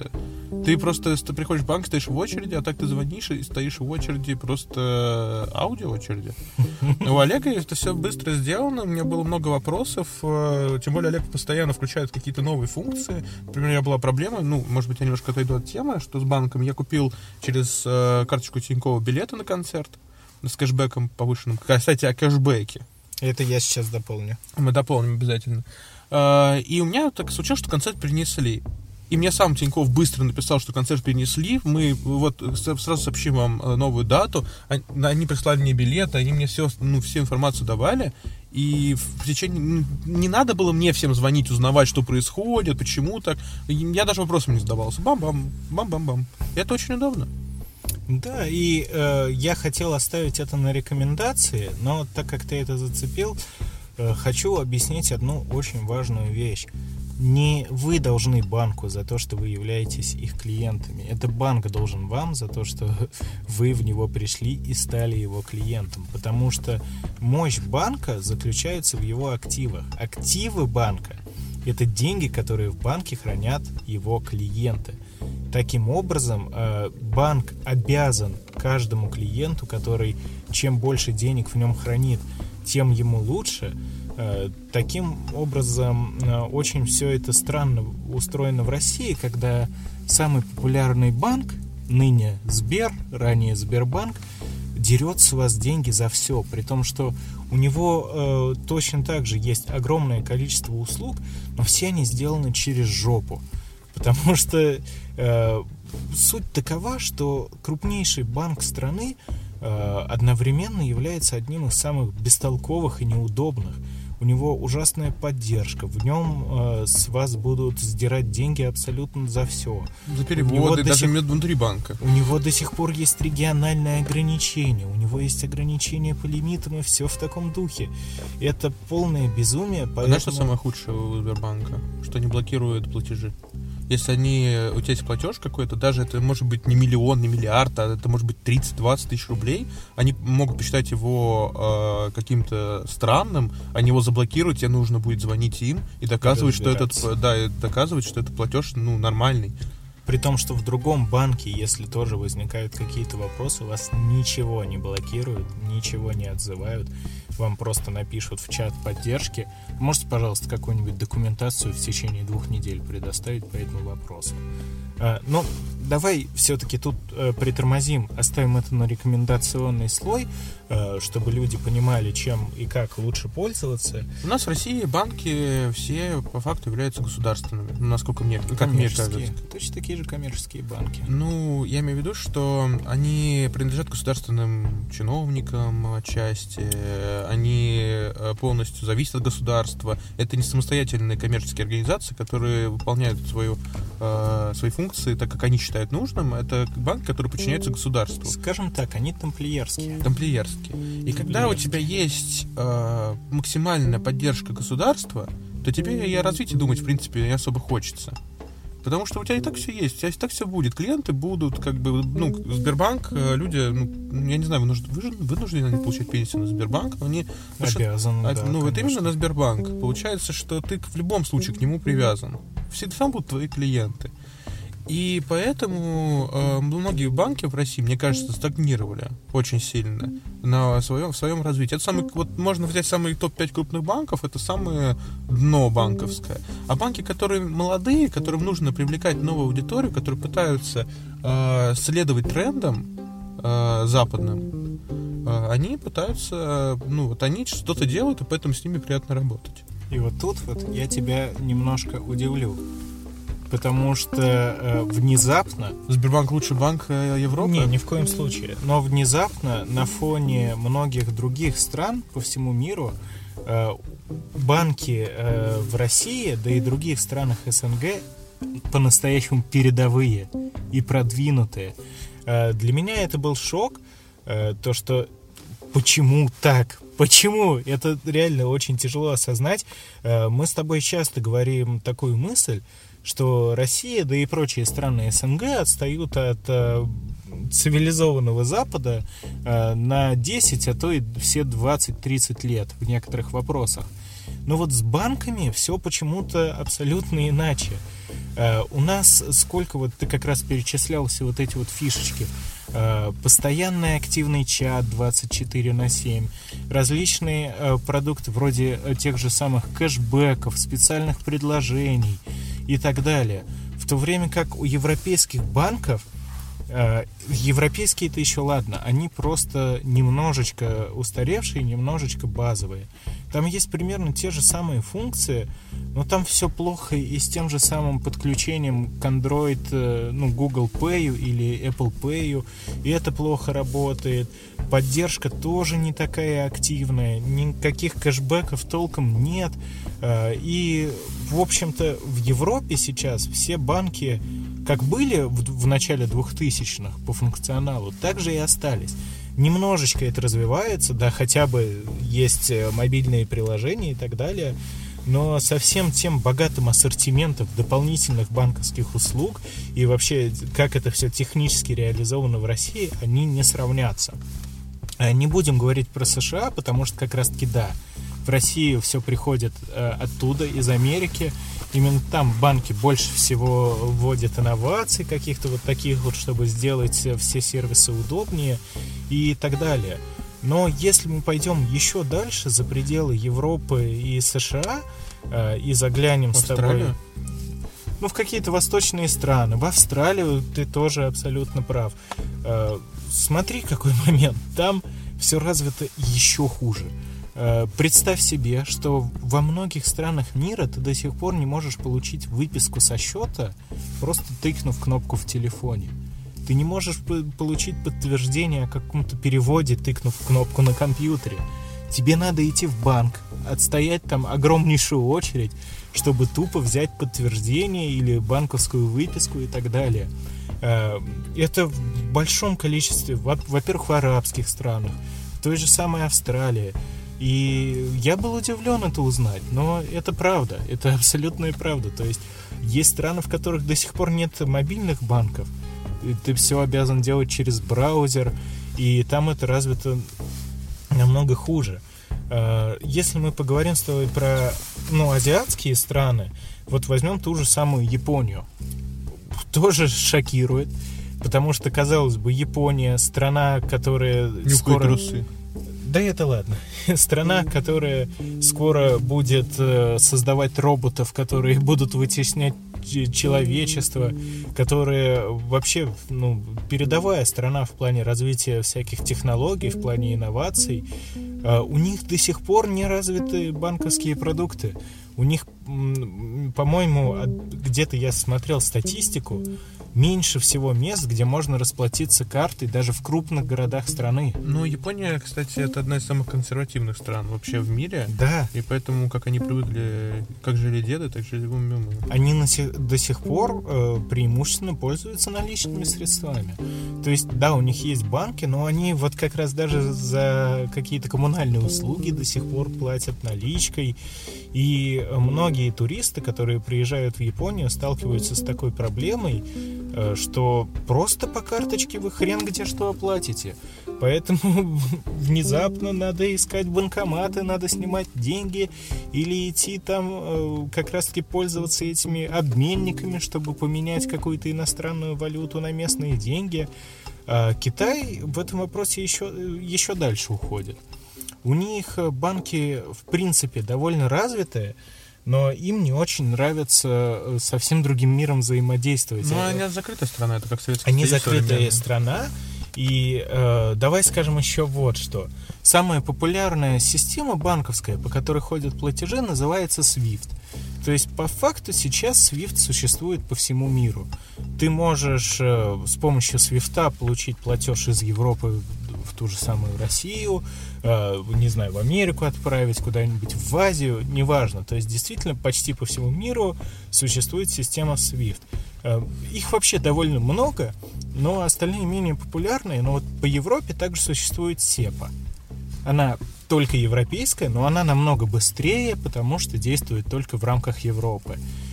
Ты просто приходишь в банк, стоишь в очереди, а так ты звонишь и стоишь в очереди, просто аудио-очереди. У Олега это все быстро сделано, у меня было много вопросов, тем более Олег постоянно включает какие-то новые функции. Например, у меня была проблема, может быть, я немножко отойду от темы, что с банком я купил через карточку Тинькова билеты на концерт с кэшбэком повышенным. Кстати, о кэшбэке.
Это я сейчас дополню.
Мы дополним обязательно. И у меня так случилось, что концерт перенесли. И мне сам Тиньков быстро написал, что концерт перенесли. Мы вот сразу сообщим вам новую дату. Они прислали мне билеты, они мне всю информацию давали. И в течение... Не надо было мне всем звонить, узнавать, что происходит, почему так. Я даже вопросом не задавался. Бам-бам, бам-бам-бам. И это очень удобно.
Да, и я хотел оставить это на рекомендации, но так как ты это зацепил, хочу объяснить одну очень важную вещь. Не вы должны банку за то, что вы являетесь их клиентами. Это банк должен вам за то, что вы в него пришли и стали его клиентом. Потому что мощь банка заключается в его активах. Активы банка – это деньги, которые в банке хранят его клиенты. Таким образом, банк обязан каждому клиенту, который чем больше денег в нем хранит, тем ему лучше. Таким образом, очень все это странно устроено в России, когда самый популярный банк, ныне Сбер, ранее Сбербанк, дерет с вас деньги за все, при том, что у него точно так же есть огромное количество услуг, но все они сделаны через жопу. Потому что суть такова, что крупнейший банк страны одновременно является одним из самых бестолковых и неудобных. У него ужасная поддержка, в нем с вас будут сдирать деньги абсолютно за все.
За переводы, даже внутри банка.
У него до сих пор есть региональные ограничения, у него есть ограничения по лимитам и все в таком духе. Это полное безумие. Поэтому...
Знаешь, что самое худшее у Сбербанка? Что они блокируют платежи. Если у тебя есть платеж какой-то, даже это может быть не миллион, не миллиард, а это может быть 30-20 тысяч рублей, они могут посчитать его каким-то странным, они его заблокируют, тебе нужно будет звонить им и доказывать, что этот платеж нормальный.
При том, что в другом банке, если тоже возникают какие-то вопросы, вас ничего не блокируют, ничего не отзывают, вам просто напишут в чат поддержки. Можете, пожалуйста, какую-нибудь документацию в течение 2 недель предоставить по этому вопросу. Но давай все-таки тут притормозим, оставим это на рекомендационный слой, чтобы люди понимали, чем и как лучше пользоваться.
У нас в России банки все по факту являются государственными, насколько мне кажется.
Точно такие же коммерческие банки.
Я имею в виду, что они принадлежат государственным чиновникам отчасти, они полностью зависят от государства. Это не самостоятельные коммерческие организации, которые выполняют свои функции так, как они считают нужным. Это банк, который подчиняется государству.
Скажем так, они тамплиерские.
И когда у тебя есть максимальная поддержка государства, то тебе и о развитии думать, в принципе, не особо хочется. Потому что у тебя и так все есть, у тебя и так все будет. Клиенты будут, Сбербанк, люди, я не знаю, вынуждены они получать пенсию на Сбербанк, но они...
Обязаны,
вот именно на Сбербанк. Получается, что ты в любом случае к нему привязан. Всегда будут твои клиенты. И поэтому многие банки в России, мне кажется, стагнировали очень сильно в своем развитии. Это можно взять самые топ-5 крупных банков, это самое дно банковское. А банки, которые молодые, которым нужно привлекать новую аудиторию, которые пытаются следовать трендам западным, они пытаются, они что-то делают, и поэтому с ними приятно работать.
И вот тут я тебя немножко удивлю. Потому что внезапно...
Сбербанк лучший банк Европы?
Не, ни в коем случае. Но внезапно на фоне многих других стран по всему миру банки в России, да и других странах СНГ по-настоящему передовые и продвинутые. Для меня это был шок, то что почему так? Почему? Это реально очень тяжело осознать. Мы с тобой часто говорим такую мысль, что Россия, да и прочие страны СНГ отстают от цивилизованного Запада на 10, а то и все 20-30 лет в некоторых вопросах. Но вот с банками все почему-то абсолютно иначе. У нас сколько, вот ты как раз перечислял все вот эти вот фишечки. Постоянный активный чат 24/7, различные продукты вроде тех же самых кэшбэков, специальных предложений и так далее. В то время как у европейских банков, европейские-то еще ладно, они просто немножечко устаревшие, немножечко базовые. Там есть примерно те же самые функции, но там все плохо и с тем же самым подключением к Android, Google Pay или Apple Pay, и это плохо работает. Поддержка тоже не такая активная, никаких кэшбэков толком нет. И, в общем-то, в Европе сейчас все банки, как были в начале 2000-х по функционалу, так же и остались. Немножечко это развивается, да, хотя бы есть мобильные приложения и так далее, но со всем тем богатым ассортиментом дополнительных банковских услуг и вообще, как это все технически реализовано в России, они не сравнятся. Не будем говорить про США, потому что как раз-таки да, в Россию все приходит оттуда, из Америки. Именно там банки больше всего вводят инноваций каких-то вот таких вот, чтобы сделать все сервисы удобнее и так далее. Но если мы пойдем еще дальше, за пределы Европы и США, и заглянем с тобой... в какие-то восточные страны. В Австралию ты тоже абсолютно прав. Смотри, какой момент. Там все развито еще хуже. Представь себе, что во многих странах мира ты до сих пор не можешь получить выписку со счета, просто тыкнув кнопку в телефоне. Ты не можешь получить подтверждение о каком-то переводе, тыкнув кнопку на компьютере. Тебе надо идти в банк, отстоять там огромнейшую очередь, чтобы тупо взять подтверждение или банковскую выписку и так далее. Это в большом количестве, во-первых, в арабских странах, в той же самой Австралии. И я был удивлен это узнать, но это правда, это абсолютная правда. То есть есть страны, в которых до сих пор нет мобильных банков, и ты все обязан делать через браузер, и там это развито намного хуже. Если мы поговорим с тобой про азиатские страны, вот возьмем ту же самую Японию, тоже шокирует, потому что, казалось бы, Япония страна, которая скоро...
трусы.
Да это ладно. Страна, которая скоро будет создавать роботов, которые будут вытеснять человечество, которая вообще передовая страна в плане развития всяких технологий, в плане инноваций. У них до сих пор не развиты банковские продукты. У них, по-моему, где-то я смотрел статистику, меньше всего мест, где можно расплатиться картой даже в крупных городах страны.
Япония, кстати, это одна из самых консервативных стран вообще в мире.
Да.
И поэтому, как они привыкли, как жили деды, так жили мы.
Они до сих пор преимущественно пользуются наличными средствами. То есть, да, у них есть банки, но они вот как раз даже за какие-то коммунальные услуги до сих пор платят наличкой. И многие туристы, которые приезжают в Японию, сталкиваются с такой проблемой, что просто по карточке вы хрен где что оплатите. Поэтому внезапно надо искать банкоматы, надо снимать деньги или идти там как раз-таки пользоваться этими обменниками, чтобы поменять какую-то иностранную валюту на местные деньги. А Китай в этом вопросе еще дальше уходит. У них банки, в принципе, довольно развитые, но им не очень нравится со всем другим миром взаимодействовать.
Они закрытая страна, это как Советский Союз.
Они закрытая страна, и давай скажем еще вот что. Самая популярная система банковская, по которой ходят платежи, называется SWIFT. То есть, по факту, сейчас SWIFT существует по всему миру. Ты можешь с помощью SWIFT получить платеж из Европы в ту же самую Россию, не знаю, в Америку отправить, куда-нибудь в Азию, неважно. То есть, действительно, почти по всему миру существует система SWIFT. Их вообще довольно много, но остальные менее популярные. Но вот по Европе также существует SEPA. Она только европейская, но она намного быстрее, потому что действует только в рамках Европы.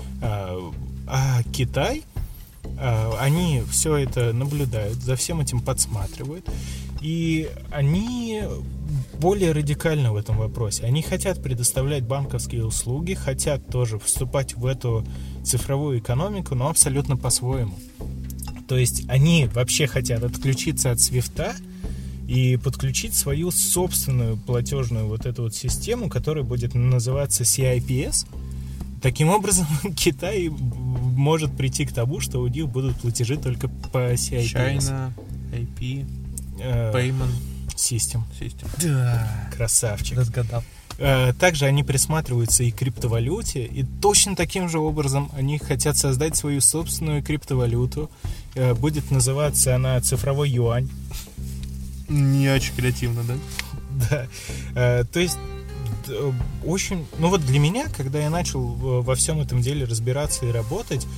А Китай, они все это наблюдают, за всем этим подсматривают. И они более радикальны в этом вопросе. Они хотят предоставлять банковские услуги, хотят тоже вступать в эту цифровую экономику, но абсолютно по-своему. То есть они вообще хотят отключиться от Свифта и подключить свою собственную платежную вот эту вот систему, которая будет называться CIPS. Таким образом, Китай может прийти к тому, что у них будут платежи только по CIPS.
China IP Payment
System.
Да.
Красавчик.
Разгадал.
Также они присматриваются и к криптовалюте, и точно таким же образом они хотят создать свою собственную криптовалюту. Будет называться она цифровой юань.
Не очень креативно, да?
Да. То есть очень... Ну вот для меня, когда я начал во всем этом деле разбираться и работать,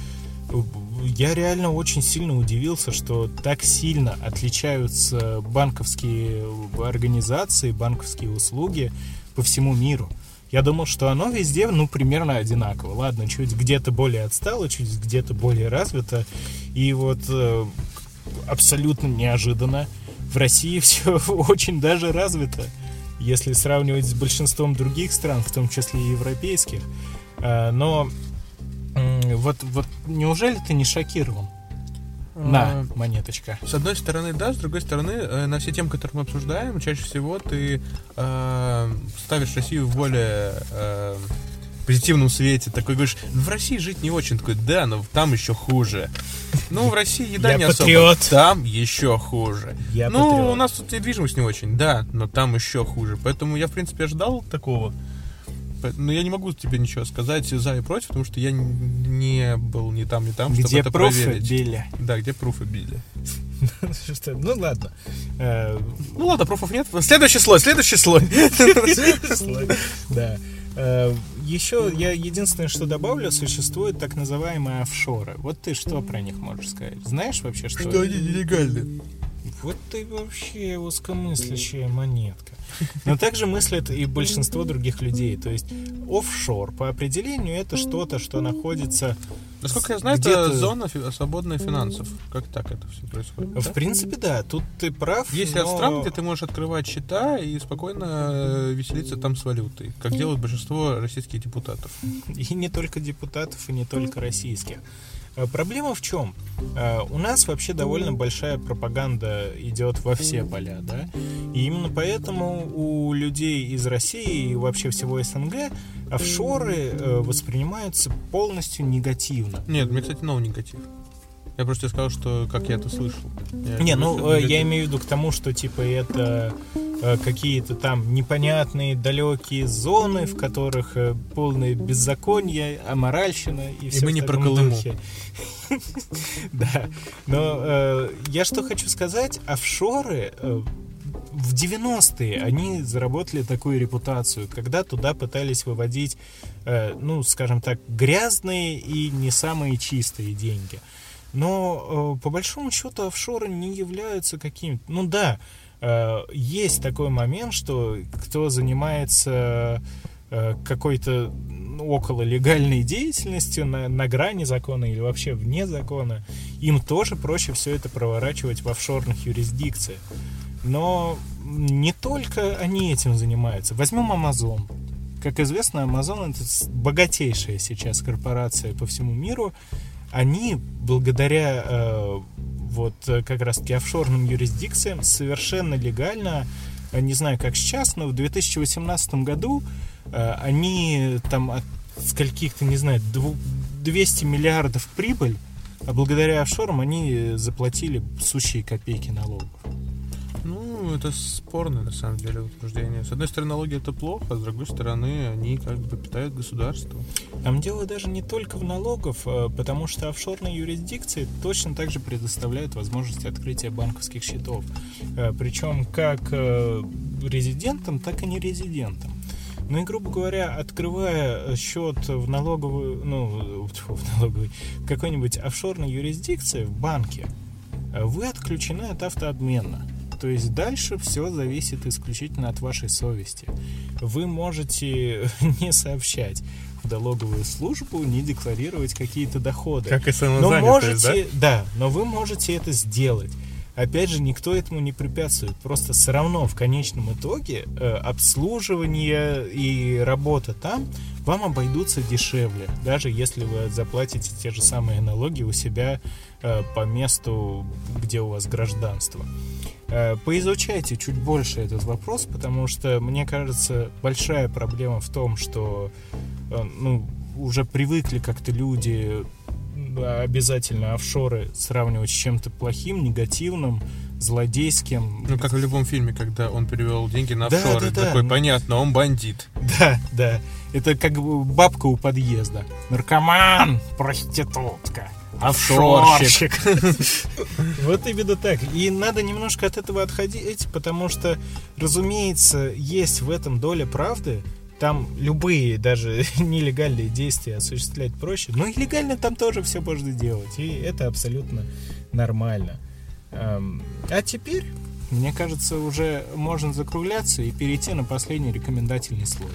я реально очень сильно удивился, что так сильно отличаются банковские организации, банковские услуги по всему миру. Я думал, что оно везде, примерно одинаково. Ладно, чуть где-то более отстало, чуть где-то более развито. И вот абсолютно неожиданно в России все очень даже развито, если сравнивать с большинством других стран, в том числе и европейских. Но вот неужели ты не шокирован? На, монеточка.
С одной стороны, да, с другой стороны, на все темы, которые мы обсуждаем, чаще всего ты ставишь Россию в более позитивном свете. Такой говоришь, в России жить не очень. Такой, да, но там еще хуже. В России еда не особо. Там еще хуже. У нас тут недвижимость не очень. Да, но там еще хуже. Поэтому я, в принципе, ожидал такого. Но я не могу тебе ничего сказать за и против, потому что я не был ни там,
где
чтобы это проверить.
Где пруфы били.
Да, где пруфы били.
Ну ладно.
Ну ладно, пруфов нет. Следующий слой.
Да. Еще я единственное, что добавлю, существуют так называемые офшоры. Вот ты что про них можешь сказать? Знаешь вообще, что
они нелегальны?
Вот ты вообще узкомыслящая монетка. Но также мыслят и большинство других людей. То есть офшор по определению это что-то, что находится...
Насколько я знаю, это зона свободных финансов. Как так это все происходит?
В принципе, да. Тут ты прав.
Есть ряд стран, где ты можешь открывать счета и спокойно веселиться там с валютой, как делают большинство российских депутатов.
И не только депутатов, и не только российских. Проблема в чем? У нас вообще довольно большая пропаганда идет во все поля, да? И именно поэтому у людей из России и вообще всего СНГ офшоры воспринимаются полностью негативно.
Нет, мне, кстати, новый негатив. Я просто тебе сказал, что как я это слышал.
Я имею в виду к тому, что типа это какие-то там непонятные далекие зоны, в которых полное беззаконие, аморальщина и все.
И мы не про Колыму.
Да. Но я что хочу сказать, офшоры в 90-е они заработали такую репутацию, когда туда пытались выводить, скажем так, грязные и не самые чистые деньги. Но по большому счету офшоры не являются какими-то... есть такой момент, что кто занимается какой-то около легальной деятельностью на грани закона или вообще вне закона, им тоже проще все это проворачивать в офшорных юрисдикциях. Но не только они этим занимаются. Возьмем Amazon. Как известно, Amazon — это богатейшая сейчас корпорация по всему миру. Они, благодаря как раз-таки офшорным юрисдикциям, совершенно легально, не знаю, как сейчас, но в 2018 году они там от скольких-то, не знаю, 200 миллиардов прибыль, а благодаря офшорам они заплатили сущие копейки налогов.
Это спорное, на самом деле, утверждение. С одной стороны, налоги — это плохо, а с другой стороны, они как бы питают государство.
Там дело даже не только в налогах, потому что офшорные юрисдикции точно так же предоставляют возможность открытия банковских счетов. Причем как резидентам, так и нерезидентам. И, грубо говоря, открывая счет в какой-нибудь офшорной юрисдикции, в банке, вы отключены от автообмена. То есть дальше все зависит исключительно от вашей совести. Вы можете не сообщать в налоговую службу, не декларировать какие-то доходы.
Как и самозанятость,
да? Да, но вы можете это сделать. опять же, никто этому не препятствует. Просто все равно в конечном итоге обслуживание и работа там вам обойдутся дешевле, даже если вы заплатите те же самые налоги у себя по месту, где у вас гражданство. Поизучайте чуть больше этот вопрос, потому что, мне кажется, большая проблема в том, что уже привыкли как-то люди обязательно офшоры сравнивать с чем-то плохим, негативным, злодейским.
Ну, как в любом фильме, когда он перевел деньги на офшоры. Такой, понятно, он бандит.
Да. Это как бабка у подъезда. Наркоман, проститутка, офшорщик. Вот именно так. И надо немножко от этого отходить, потому что, разумеется, есть в этом доля правды. Там любые, даже нелегальные действия осуществлять проще. Но и легально там тоже все можно делать. И это абсолютно нормально. А теперь, мне кажется, уже можно закругляться и перейти на последний рекомендательный слой.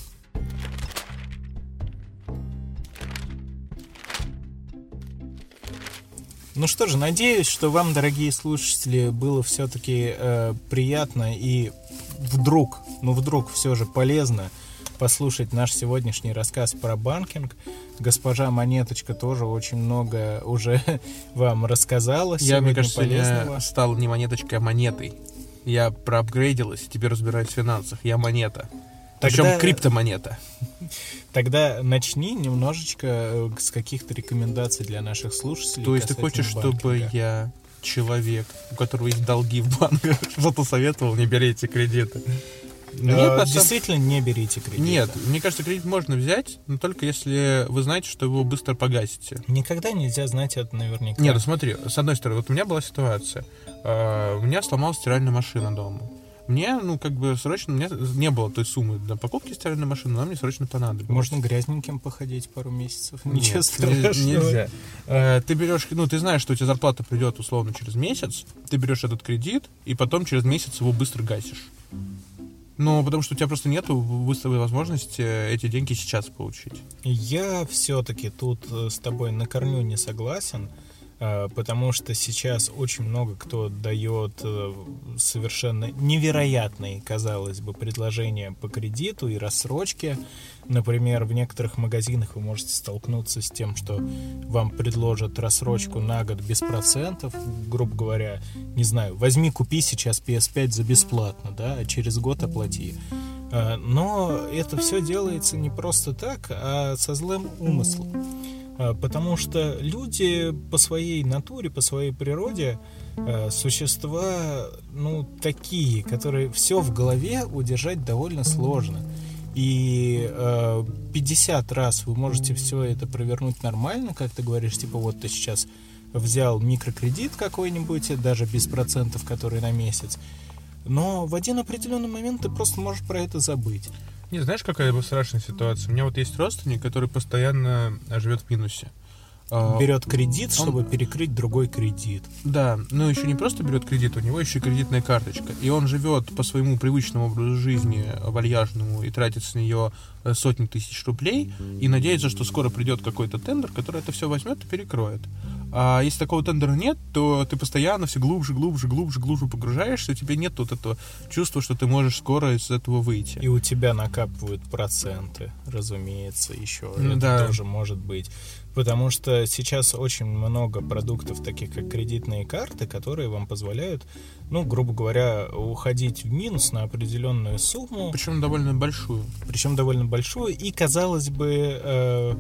Ну что же, надеюсь, что вам, дорогие слушатели, было все-таки приятно и вдруг все же полезно послушать наш сегодняшний рассказ про банкинг. Госпожа Монеточка тоже очень много уже вам рассказала.
Я, мне кажется, полезного. Стал не монеточкой, а монетой. Я проапгрейдилась, теперь разбираюсь в финансах. Я монета. Причем криптомонета.
Тогда начни немножечко с каких-то рекомендаций для наших слушателей.
То есть ты хочешь, чтобы я, человек, у которого есть долги в банках, что-то советовал, не берите кредиты?
Нет, действительно, не берите кредит.
Нет, мне кажется, кредит можно взять, но только если вы знаете, что его быстро погасите.
Никогда нельзя знать это наверняка.
Нет, смотри, с одной стороны, вот у меня была ситуация. У меня сломалась стиральная машина дома. Мне, срочно, у меня не было той суммы для покупки стиральной машины, но она мне срочно понадобилась.
Можно грязненьким походить пару месяцев. Ничего страшного.
Нельзя. Ты берешь, ты знаешь, что у тебя зарплата придет условно через месяц, ты берешь этот кредит, и потом через месяц его быстро гасишь. Потому что у тебя просто нету быстрой возможности эти деньги сейчас получить.
Я все-таки тут с тобой на корню не согласен, потому что сейчас очень много кто дает совершенно невероятные, казалось бы, предложения по кредиту и рассрочке. Например, в некоторых магазинах вы можете столкнуться с тем, что вам предложат рассрочку на год без процентов, грубо говоря, не знаю, возьми, купи сейчас PS5 за бесплатно, да, а через год оплати. Но это все делается не просто так, а со злым умыслом. Потому что люди по своей натуре, по своей природе существа, такие, которые все в голове удержать довольно сложно. И 50 раз вы можете все это провернуть нормально, как ты говоришь, типа вот ты сейчас взял микрокредит какой-нибудь, даже без процентов, который на месяц, но в один определенный момент ты просто можешь про это забыть.
Не, знаешь, какая страшная ситуация? У меня вот есть родственник, который постоянно живет в минусе.
Берет кредит, чтобы перекрыть другой кредит.
Да, но еще не просто берет кредит, у него еще и кредитная карточка. И он живет по своему привычному образу жизни, вальяжному, и тратит с нее сотни тысяч рублей, и надеется, что скоро придет какой-то тендер, который это все возьмет и перекроет. А если такого тендера нет, то ты постоянно все глубже погружаешься, у тебя нет вот этого чувства, что ты можешь скоро из этого выйти.
И у тебя накапывают проценты, разумеется, еще. Это тоже может быть. Потому что сейчас очень много продуктов, таких как кредитные карты, которые вам позволяют, грубо говоря, уходить в минус на определенную сумму.
Причем довольно большую.
И, казалось бы,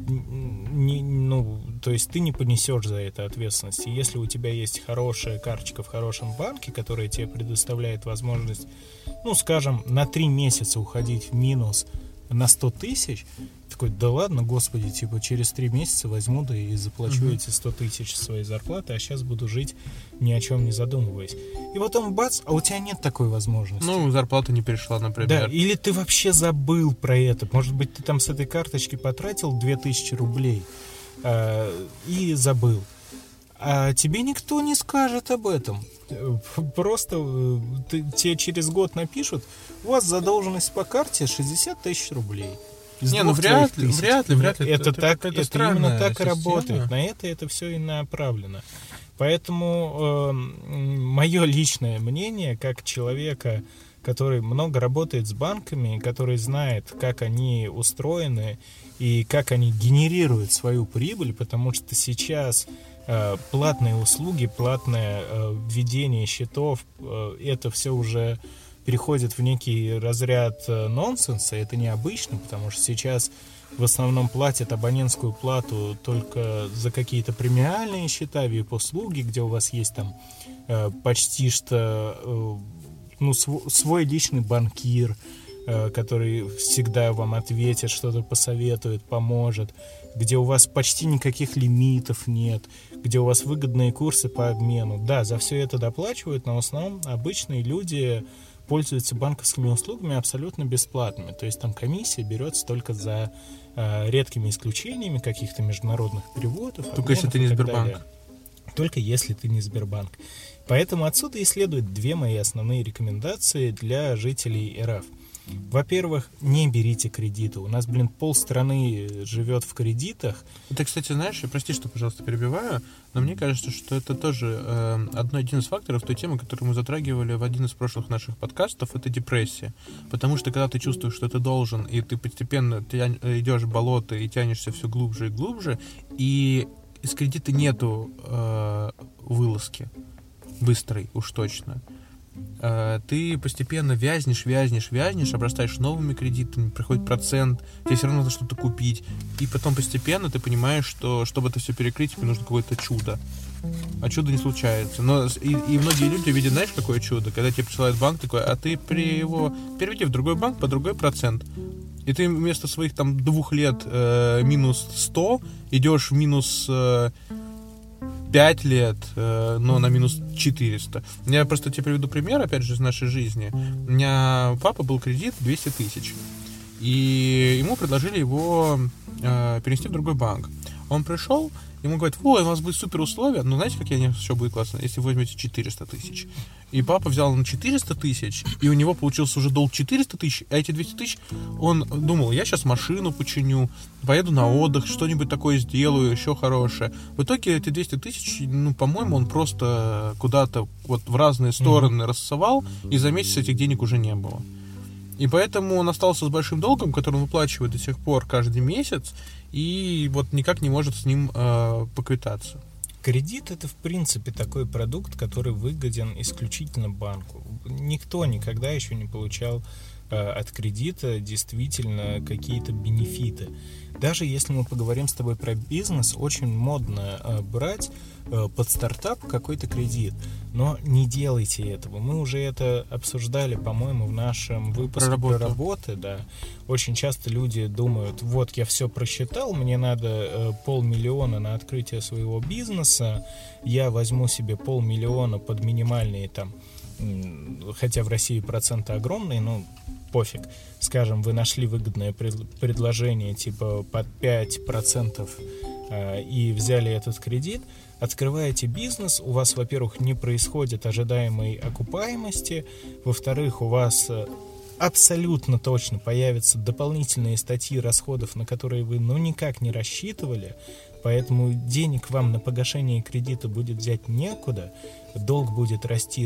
то есть ты не понесешь за это ответственности. Если у тебя есть хорошая карточка в хорошем банке, которая тебе предоставляет возможность, скажем, на 3 месяца уходить в минус на 100 тысяч, такой, да ладно, господи, через 3 месяца возьму, да и заплачу эти 100 тысяч своей зарплаты, а сейчас буду жить ни о чем не задумываясь. И потом бац, а у тебя нет такой возможности.
Зарплата не перешла, например.
Да, или ты вообще забыл про это. Может быть, ты там с этой карточки потратил 2000 рублей и забыл. А тебе никто не скажет об этом. Просто тебе через год напишут, у вас задолженность по карте 60 тысяч рублей.
Вряд ли.
Это именно так и работает. На это все и направлено. Поэтому мое личное мнение, как человека, который много работает с банками, который знает, как они устроены и как они генерируют свою прибыль, потому что сейчас платные услуги, платное введение счетов, это все уже переходит в некий разряд нонсенса. Это необычно, потому что сейчас в основном платят абонентскую плату только за какие-то премиальные счета, VIP-услуги, где у вас есть там почти что свой личный банкир, который всегда вам ответит, что-то посоветует, поможет, где у вас почти никаких лимитов нет, где у вас выгодные курсы по обмену. Да, за все это доплачивают, но в основном обычные люди пользуются банковскими услугами абсолютно бесплатными. То есть там комиссия берется только за редкими исключениями каких-то международных переводов.
Только если ты не Сбербанк.
Только если ты не Сбербанк. Поэтому отсюда и следуют две мои основные рекомендации для жителей РФ. Во-первых, не берите кредиты. У нас, полстраны живет в кредитах.
Это, кстати, знаешь, прости, что, пожалуйста, перебиваю, но мне кажется, что это тоже один из факторов той темы, которую мы затрагивали в один из прошлых наших подкастов, это депрессия. Потому что когда ты чувствуешь, что ты должен, и ты постепенно идешь в болото и тянешься все глубже и глубже, и из кредита нету вылазки быстрой, уж точно. Ты постепенно вязнешь, обрастаешь новыми кредитами, приходит процент, тебе все равно надо что-то купить, и потом постепенно ты понимаешь, что чтобы это все перекрыть, тебе нужно какое-то чудо. А чудо не случается. Но и многие люди видят, знаешь, какое чудо, когда тебе присылает банк такой, а ты переведи в другой банк по другой процент. И ты вместо своих там 2 лет минус 100 идешь в минус 5 лет, но на минус 400. Я просто тебе приведу пример, опять же, из нашей жизни. У меня папа был кредит 200 тысяч. И ему предложили его перенести в другой банк. Он пришел, ему говорят, у вас будет супер условия, но знаете, какие еще будет классно, если вы возьмете 400 тысяч. И папа взял на 400 тысяч, и у него получился уже долг 400 тысяч, а эти 200 тысяч, он думал, я сейчас машину починю, поеду на отдых, что-нибудь такое сделаю, еще хорошее. В итоге эти 200 тысяч, по-моему, он просто куда-то вот в разные стороны рассовал, и за месяц этих денег уже не было. И поэтому он остался с большим долгом, который он выплачивает до сих пор каждый месяц, и вот никак не может с ним поквитаться.
Кредит — это, в принципе, такой продукт, который выгоден исключительно банку. Никто никогда еще не получал от кредита действительно какие-то бенефиты. Даже если мы поговорим с тобой про бизнес, очень модно брать под стартап какой-то кредит. Но не делайте этого. Мы уже это обсуждали, по-моему, в нашем выпуске про работы. Да. Очень часто люди думают, вот я все просчитал, мне надо 500 000 на открытие своего бизнеса, я возьму себе 500 000 под минимальные там, хотя в России проценты огромные, но пофиг. Скажем, вы нашли выгодное предложение типа под 5% и взяли этот кредит, открываете бизнес, у вас, во-первых, не происходит ожидаемой окупаемости, во-вторых, у вас абсолютно точно появятся дополнительные статьи расходов, на которые вы никак не рассчитывали, поэтому денег вам на погашение кредита будет взять некуда, долг будет расти,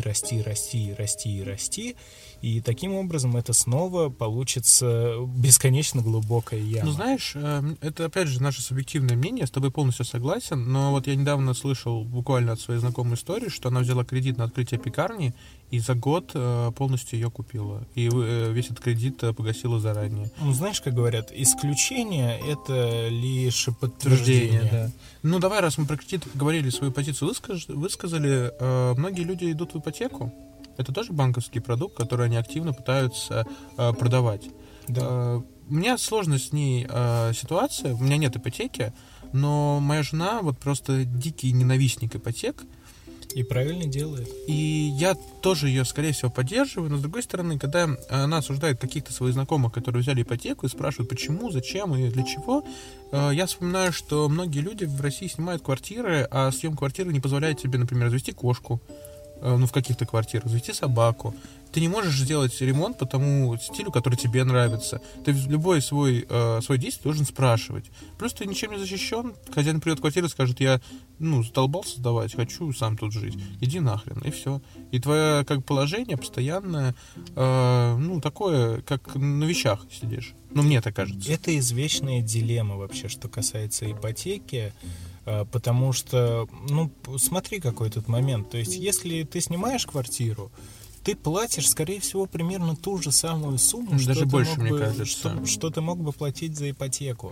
и таким образом это снова получится бесконечно глубокая яма.
Знаешь, это опять же наше субъективное мнение, я с тобой полностью согласен, но вот я недавно слышал буквально от своей знакомой истории, что она взяла кредит на открытие пекарни и за год полностью ее купила. И весь этот кредит погасила заранее.
Знаешь, как говорят, исключение — это лишь подтверждение.
Да. Давай, раз мы про кредит говорили, свою позицию высказали, многие люди идут в ипотеку. Это тоже банковский продукт, который они активно пытаются продавать.
Да.
У меня сложная с ней ситуация, у меня нет ипотеки, но моя жена вот просто дикий ненавистник ипотек.
И правильно делает.
И я тоже ее, скорее всего, поддерживаю, но с другой стороны, когда она осуждает каких-то своих знакомых, которые взяли ипотеку и спрашивают, почему, зачем и для чего, я вспоминаю, что многие люди в России снимают квартиры, а съем квартиры не позволяет себе, например, завести кошку, в каких-то квартирах, завести собаку. ты не можешь сделать ремонт по тому стилю, который тебе нравится. Ты любой свой действие должен спрашивать. Плюс ты ничем не защищен. Хозяин придет в квартиру и скажет: я задолбался сдавать, хочу сам тут жить. Иди нахрен, и все. И твое положение постоянное, такое, как на вещах сидишь. Мне так кажется.
Это извечная дилемма вообще, что касается ипотеки. Потому что, смотри, какой тут момент. То есть, если ты снимаешь квартиру, ты платишь, скорее всего, примерно ту же самую сумму,
даже больше, мне кажется.
Что ты мог бы платить за ипотеку.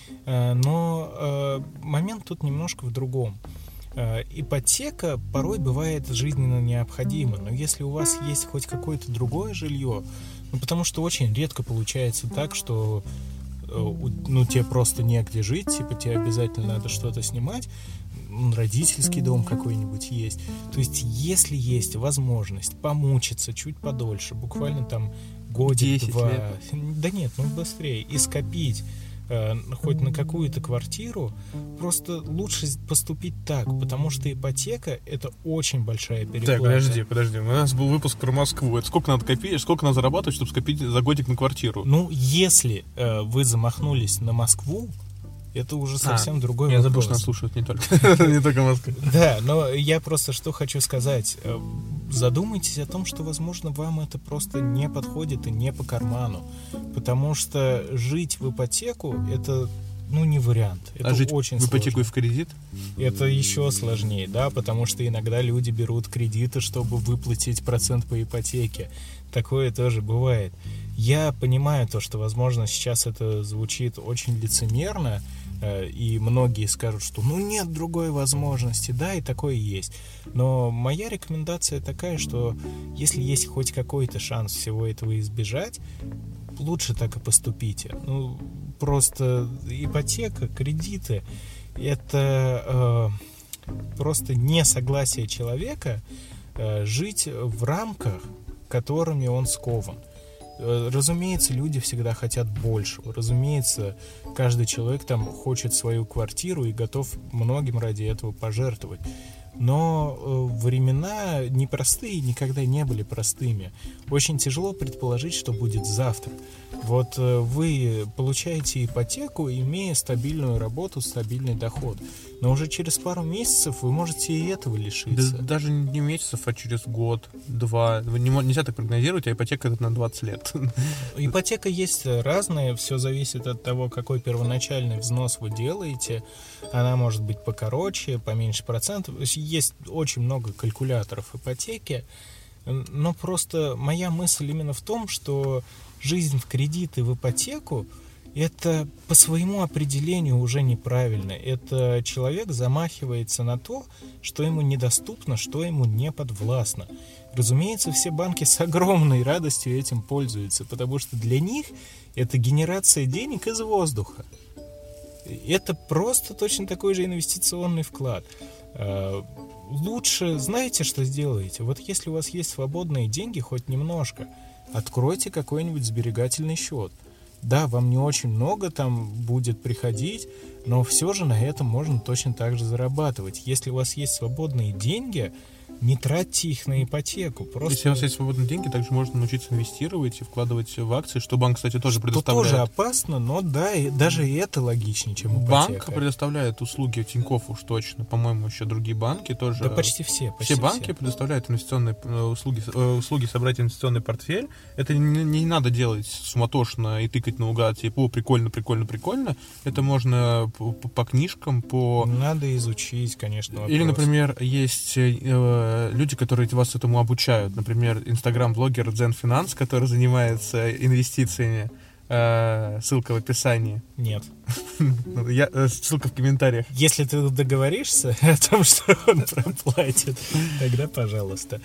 Но момент тут немножко в другом. Ипотека порой бывает жизненно необходима, но если у вас есть хоть какое-то другое жилье, потому что очень редко получается так, что тебе просто негде жить, тебе обязательно надо что-то снимать, родительский дом какой-нибудь есть. То есть, если есть возможность помучиться чуть подольше, буквально там годик-два, да нет, быстрее, и скопить хоть на какую-то квартиру, просто лучше поступить так, потому что ипотека — это очень большая переплата.
Так, подожди, у нас был выпуск про Москву. Это сколько надо копить, сколько надо зарабатывать, чтобы скопить за годик на квартиру?
Если вы замахнулись на Москву, это уже совсем другой
вопрос. Я забыл, что нас слушают не только Москва.
Да, но я просто что хочу сказать. Задумайтесь о том, что, возможно, вам это просто не подходит и не по карману. Потому что жить в ипотеку — это, не вариант. Это
жить
очень
в ипотеку
сложно.
И в кредит?
Это еще сложнее, да, потому что иногда люди берут кредиты, чтобы выплатить процент по ипотеке. Такое тоже бывает. Я понимаю то, что, возможно, сейчас это звучит очень лицемерно, и многие скажут, что нет другой возможности, да, и такое есть. Но моя рекомендация такая, что если есть хоть какой-то шанс всего этого избежать, лучше так и поступите. Просто ипотека, кредиты — это просто несогласие человека жить в рамках, которыми он скован. Разумеется, люди всегда хотят большего. Разумеется, каждый человек там хочет свою квартиру и готов многим ради этого пожертвовать. Но времена непростые, никогда не были простыми. Очень тяжело предположить, что будет завтра. Вот вы получаете ипотеку, имея стабильную работу, стабильный доход. Но уже через пару месяцев вы можете и этого лишиться.
Да, даже не месяцев, а через год-два. Нельзя так прогнозировать, а ипотека — это на 20 лет.
Ипотека есть разная, все зависит от того, какой первоначальный взнос вы делаете. Она может быть покороче, поменьше процентов. Есть очень много калькуляторов ипотеки. Но просто моя мысль именно в том, что жизнь в кредит и в ипотеку — это по своему определению уже неправильно. Это человек замахивается на то, что ему недоступно, что ему не подвластно. Разумеется, все банки с огромной радостью этим пользуются, потому что для них это генерация денег из воздуха. Это просто точно такой же инвестиционный вклад. Лучше, знаете, что сделаете? Вот если у вас есть свободные деньги, хоть немножко, откройте какой-нибудь сберегательный счет. Да, вам не очень много там будет приходить, но все же на этом можно точно так же зарабатывать. Если у вас есть свободные деньги, не тратьте их на ипотеку. Просто...
Если у вас есть свободные деньги, также можно научиться инвестировать и вкладывать в акции, что банк, кстати, тоже предоставляет.
Что тоже опасно, но да, и даже это логичнее, чем ипотека.
Банк предоставляет услуги Тинькофф уж точно, по-моему, еще другие банки тоже.
Да почти все.
Все банки предоставляют инвестиционные услуги собрать инвестиционный портфель. Это не надо делать суматошно и тыкать наугад, типа, прикольно. Это можно по книжкам,
Надо изучить, конечно, вопрос.
Или, например, есть люди, которые вас этому обучают. Например, инстаграм-блогер Дзен Финанс, который занимается инвестициями. Ссылка в описании.
Нет.
Ссылка в комментариях.
Если ты договоришься о том, что он проплатит, тогда пожалуйста.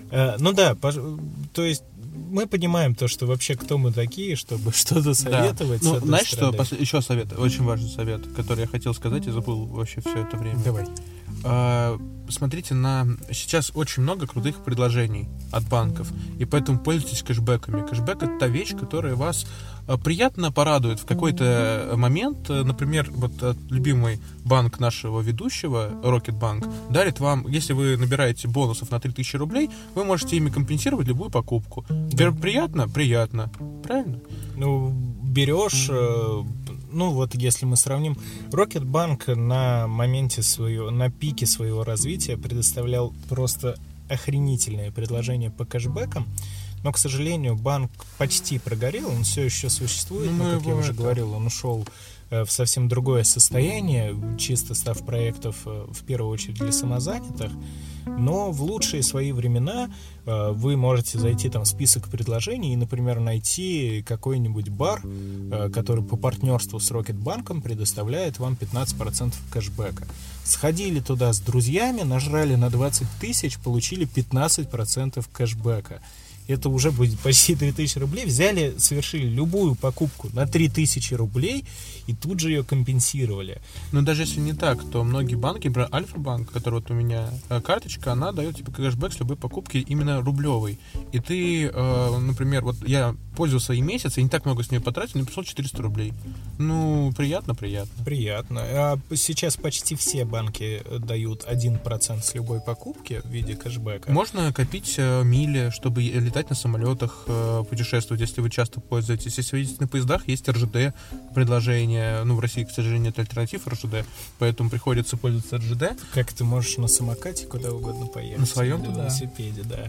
То есть мы понимаем то, что вообще кто мы такие, чтобы что-то советовать.
Да. Знаешь что? Еще совет, очень важный совет, который я хотел сказать и забыл вообще все это время.
Давай.
Смотрите, сейчас очень много крутых предложений от банков, и поэтому пользуйтесь кэшбэками. Кэшбэк — это та вещь, которая вас приятно порадует в какой-то момент. Например, вот любимый банк нашего ведущего, Рокетбанк, дарит вам, если вы набираете бонусов на 3000 рублей, вы можете ими компенсировать любую покупку. Приятно? Приятно. Правильно?
Ну, берешь... Ну, вот если мы сравним, Рокетбанк на пике своего развития предоставлял просто охренительные предложения по кэшбэкам, но, к сожалению, банк почти прогорел, он все еще существует, но, как я уже говорил, он ушел в совсем другое состояние, чисто став проектов в первую очередь для самозанятых. Но в лучшие свои времена вы можете зайти там в список предложений и, например, найти какой-нибудь бар, который по партнерству с Рокетбанком предоставляет вам 15% кэшбэка. Сходили туда с друзьями, нажрали на 20 тысяч, получили 15% кэшбэка. Это уже будет почти 3000 рублей. Взяли, совершили любую покупку на 3000 рублей и тут же ее компенсировали.
Но даже если не так, то многие банки, например, Альфа-банк, который вот у меня карточка, она дает тебе кэшбэк с любой покупки именно рублевый. И ты, например, вот я пользовался и месяц, и не так много с нее потратил, но пришел 400 рублей. Ну, приятно.
Приятно. А сейчас почти все банки дают 1% с любой покупки в виде кэшбэка.
Можно копить мили, чтобы летать на самолетах, путешествовать, если вы часто пользуетесь. Если вы едете на поездах, есть РЖД предложение. Ну, в России, к сожалению, нет альтернатив РЖД, поэтому приходится пользоваться РЖД.
Как ты можешь на самокате куда угодно поехать.
На своем,
на велосипеде, да.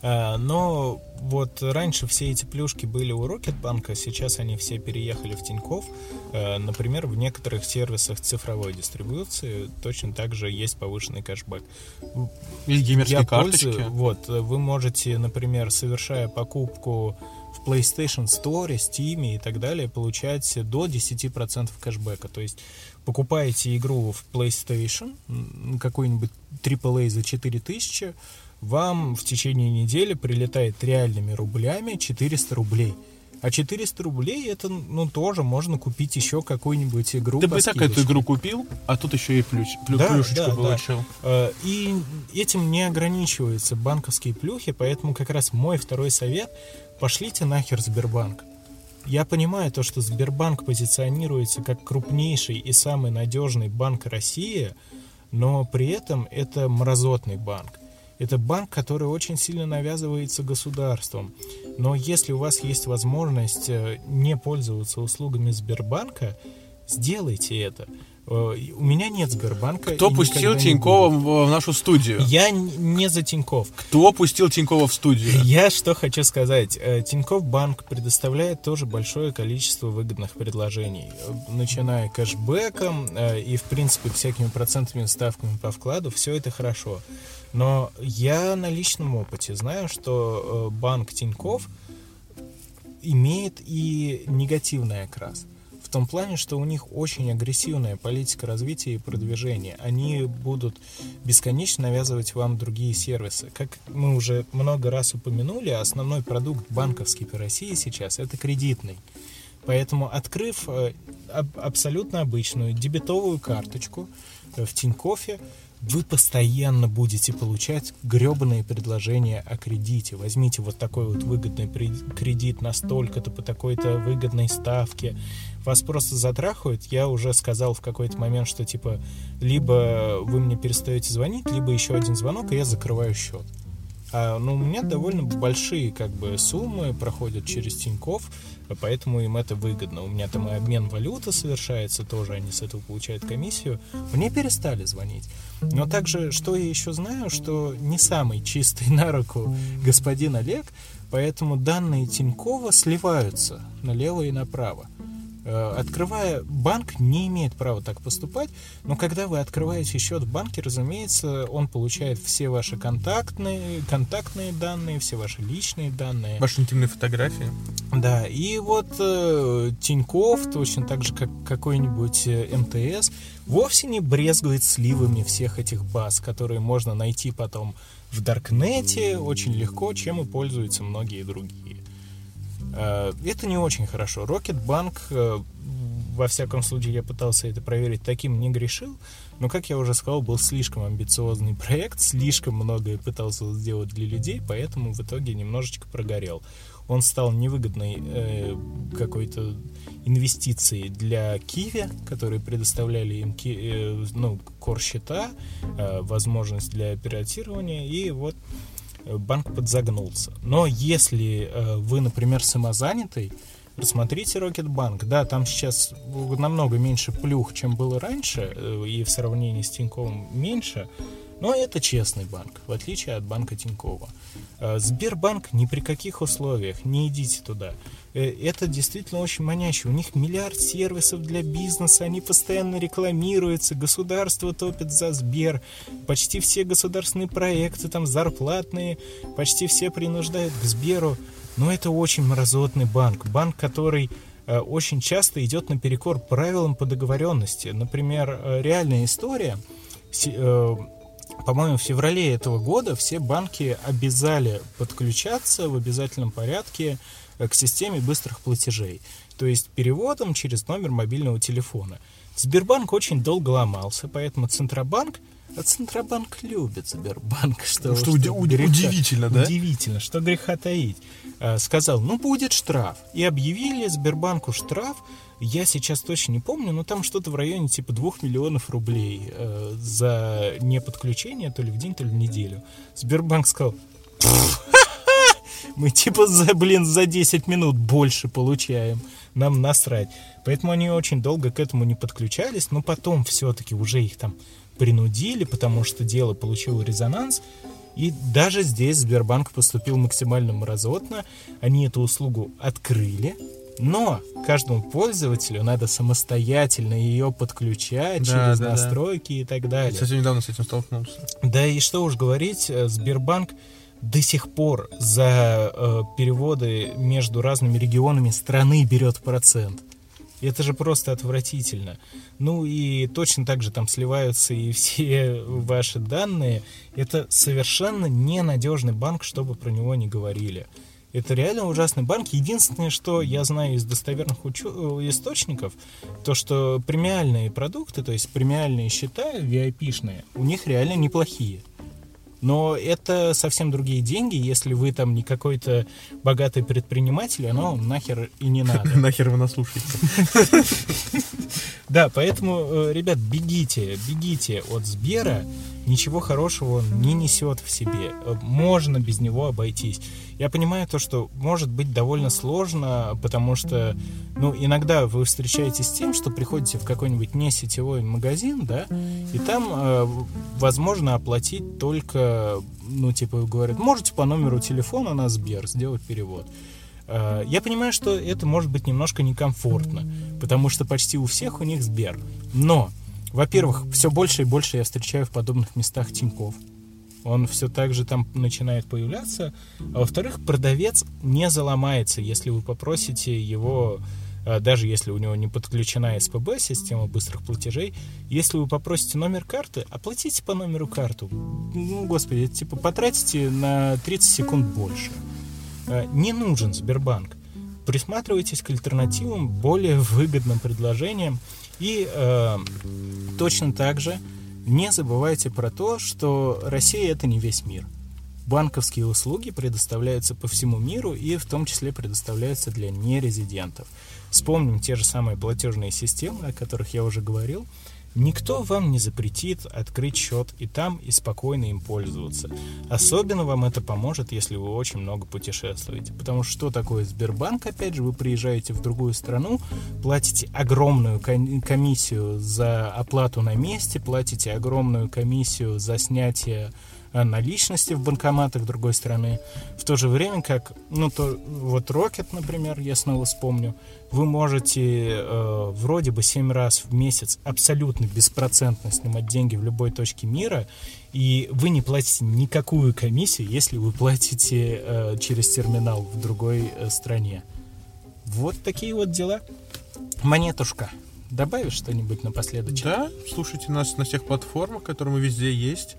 Но вот раньше все эти плюшки были у Рокетбанка, сейчас они все переехали в Тинькофф. Например, в некоторых сервисах цифровой дистрибуции точно так же есть повышенный кэшбэк.
Есть геймерские карточки.
Вот, вы можете, например, совершая покупку в PlayStation Store, Steam и так далее, получать до 10% кэшбэка. То есть покупаете игру в PlayStation, какой-нибудь AAA за 4000, вам в течение недели прилетает реальными рублями 400 рублей. А 400 рублей это, ну, тоже можно купить еще какую-нибудь игру.
Ты бы так эту игру купил, а тут еще и плюшечку получил.
Да. И этим не ограничиваются банковские плюхи, поэтому как раз мой второй совет: пошлите нахер Сбербанк. Я понимаю то, что Сбербанк позиционируется как крупнейший и самый надежный банк России, но при этом это мразотный банк. Это банк, который очень сильно навязывается государством. Но если у вас есть возможность не пользоваться услугами Сбербанка, сделайте это. У меня нет Сбербанка.
Кто пустил Тинькова в нашу студию?
Я не за Тинькофф.
Кто пустил Тинькова в студию?
Я что хочу сказать. Тинькофф банк предоставляет тоже большое количество выгодных предложений. Начиная кэшбэком и, в принципе, всякими процентными ставками по вкладу. Все это хорошо. Но я на личном опыте знаю, что банк Тинькофф имеет и негативный окрас. В том плане, что у них очень агрессивная политика развития и продвижения. Они будут бесконечно навязывать вам другие сервисы. Как мы уже много раз упомянули, основной продукт банковский по России сейчас — это кредитный. Поэтому, открыв абсолютно обычную дебетовую карточку в Тинькоффе, вы постоянно будете получать гребаные предложения о кредите. Возьмите вот такой вот выгодный кредит на столько-то по такой-то выгодной ставке. Вас просто затрахают. Я уже сказал в какой-то момент, что типа либо вы мне перестаете звонить, либо еще один звонок, и я закрываю счет. У меня довольно большие суммы проходят через Тинькофф, поэтому им это выгодно. У меня там и обмен валюты совершается, тоже они с этого получают комиссию. Мне перестали звонить. Но также, что я еще знаю, что не самый чистый на руку господин Олег, поэтому данные Тинькова сливаются налево и направо. Открывая банк, не имеет права так поступать, но когда вы открываете счет в банке, разумеется, он получает все ваши контактные данные, все ваши личные данные.
Ваши интимные фотографии.
Да, и вот Тинькофф, точно так же, как какой-нибудь МТС, вовсе не брезгует сливами всех этих баз, которые можно найти потом в Даркнете очень легко, чем и пользуются многие другие. Это не очень хорошо. Рокетбанк, во всяком случае, я пытался это проверить, таким не грешил, но, как я уже сказал, был слишком амбициозный проект, слишком многое пытался сделать для людей, поэтому в итоге немножечко прогорел. он стал невыгодной какой-то инвестицией для Киви, которые предоставляли им кор-счета, возможность для пиратирования, и вот банк подзагнулся. Но если вы, например, самозанятый, рассмотрите Рокетбанк. Да, там сейчас намного меньше плюх, чем было раньше, и в сравнении с Тиньковым меньше, но это честный банк, в отличие от банка Тинькова. Сбербанк ни при каких условиях, не идите туда. Это действительно очень маняще. У них миллиард сервисов для бизнеса, они постоянно рекламируются, государство топит за Сбер, почти все государственные проекты там зарплатные, почти все принуждают к Сберу. Но это очень мразотный банк. Банк, который очень часто идет наперекор правилам по договоренности. Например, реальная история. По-моему, в феврале этого года все банки обязали подключаться в обязательном порядке к системе быстрых платежей. То есть переводом через номер мобильного телефона. Сбербанк очень долго ломался, поэтому Центробанк любит Сбербанк. Что
удивительно, да?
Удивительно, что греха таить. Сказал, будет штраф. И объявили Сбербанку штраф. Я сейчас точно не помню, но там что-то в районе типа 2 миллионов рублей за неподключение то ли в день, то ли в неделю. Сбербанк сказал, мы типа за 10 минут больше получаем. Нам насрать. Поэтому они очень долго к этому не подключались, но потом все-таки уже их там принудили, потому что дело получило резонанс. И даже здесь Сбербанк поступил максимально мразотно. Они эту услугу открыли, но каждому пользователю надо самостоятельно ее подключать через настройки и так далее.
Я, кстати, недавно с этим столкнулся.
Да, и что уж говорить, Сбербанк до сих пор за переводы между разными регионами страны берет процент. Это же просто отвратительно. Ну и точно так же там сливаются и все ваши данные. Это совершенно ненадежный банк, чтобы про него не говорили. Это реально ужасный банк. Единственное, что я знаю из достоверных источников, то что премиальные продукты, то есть премиальные счета, VIP-шные, у них реально неплохие. Но это совсем другие деньги, если вы там не какой-то богатый предприниматель, оно нахер и не надо.
Нахер вы нас слушаете.
Да, поэтому, ребят, бегите от Сбера, ничего хорошего он не несет в себе. Можно без него обойтись. Я понимаю то, что может быть довольно сложно, потому что, иногда вы встречаетесь с тем, что приходите в какой-нибудь несетевой магазин, да, и там возможно оплатить только, говорят, можете по номеру телефона на Сбер сделать перевод. Я понимаю, что это может быть немножко некомфортно, потому что почти у всех у них Сбер. Но, во-первых, все больше и больше я встречаю в подобных местах Тинькофф. Он все так же там начинает появляться. А во-вторых, продавец не заломается, если вы попросите его, даже если у него не подключена СПБ, система быстрых платежей, если вы попросите номер карты, оплатите по номеру карту. Господи, потратите на 30 секунд больше. Не нужен Сбербанк. Присматривайтесь к альтернативам, более выгодным предложениям. И точно так же не забывайте про то, что Россия — это не весь мир. Банковские услуги предоставляются по всему миру и в том числе предоставляются для нерезидентов. Вспомним те же самые платежные системы, о которых я уже говорил. Никто вам не запретит открыть счет и там, и спокойно им пользоваться. Особенно вам это поможет, если вы очень много путешествуете. Потому что такое Сбербанк? Опять же, вы приезжаете в другую страну, платите огромную комиссию за оплату на месте, платите огромную комиссию за снятие наличности в банкоматах другой страны. В то же время, как, Rocket, например, я снова вспомню, вы можете вроде бы 7 раз в месяц абсолютно беспроцентно снимать деньги в любой точке мира, и вы не платите никакую комиссию, если вы платите через терминал в другой стране. Вот такие вот дела. Монетушка, добавишь что-нибудь напоследок?
Да, слушайте нас на всех платформах, которые мы везде есть.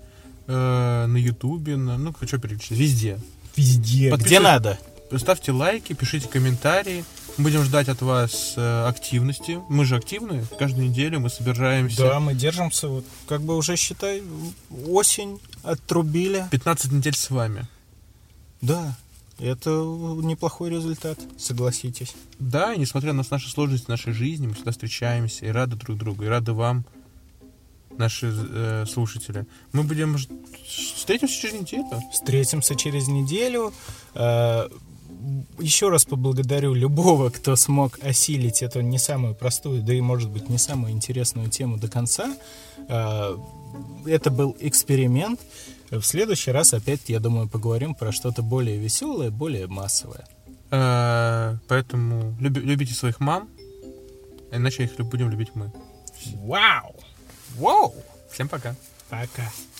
На Ютубе, что переключить? Везде.
Где надо.
Ставьте лайки, пишите комментарии. Будем ждать от вас активности. Мы же активны. Каждую неделю мы собираемся.
Да, мы держимся. Уже, считай, осень отрубили.
15 недель с вами.
Да. Это неплохой результат, согласитесь.
Да, и несмотря на наши сложности в нашей жизни, мы всегда встречаемся и рады друг другу, и рады вам, наши слушатели. Мы будем... Встретимся через неделю.
Встретимся через неделю. Еще раз поблагодарю любого, кто смог осилить эту не самую простую, да и, может быть, не самую интересную тему до конца. Это был эксперимент. В следующий раз опять, я думаю, поговорим про что-то более веселое, более массовое.
Поэтому любите своих мам, иначе их будем любить мы.
Вау! Вау!
Всем пока.
Пока.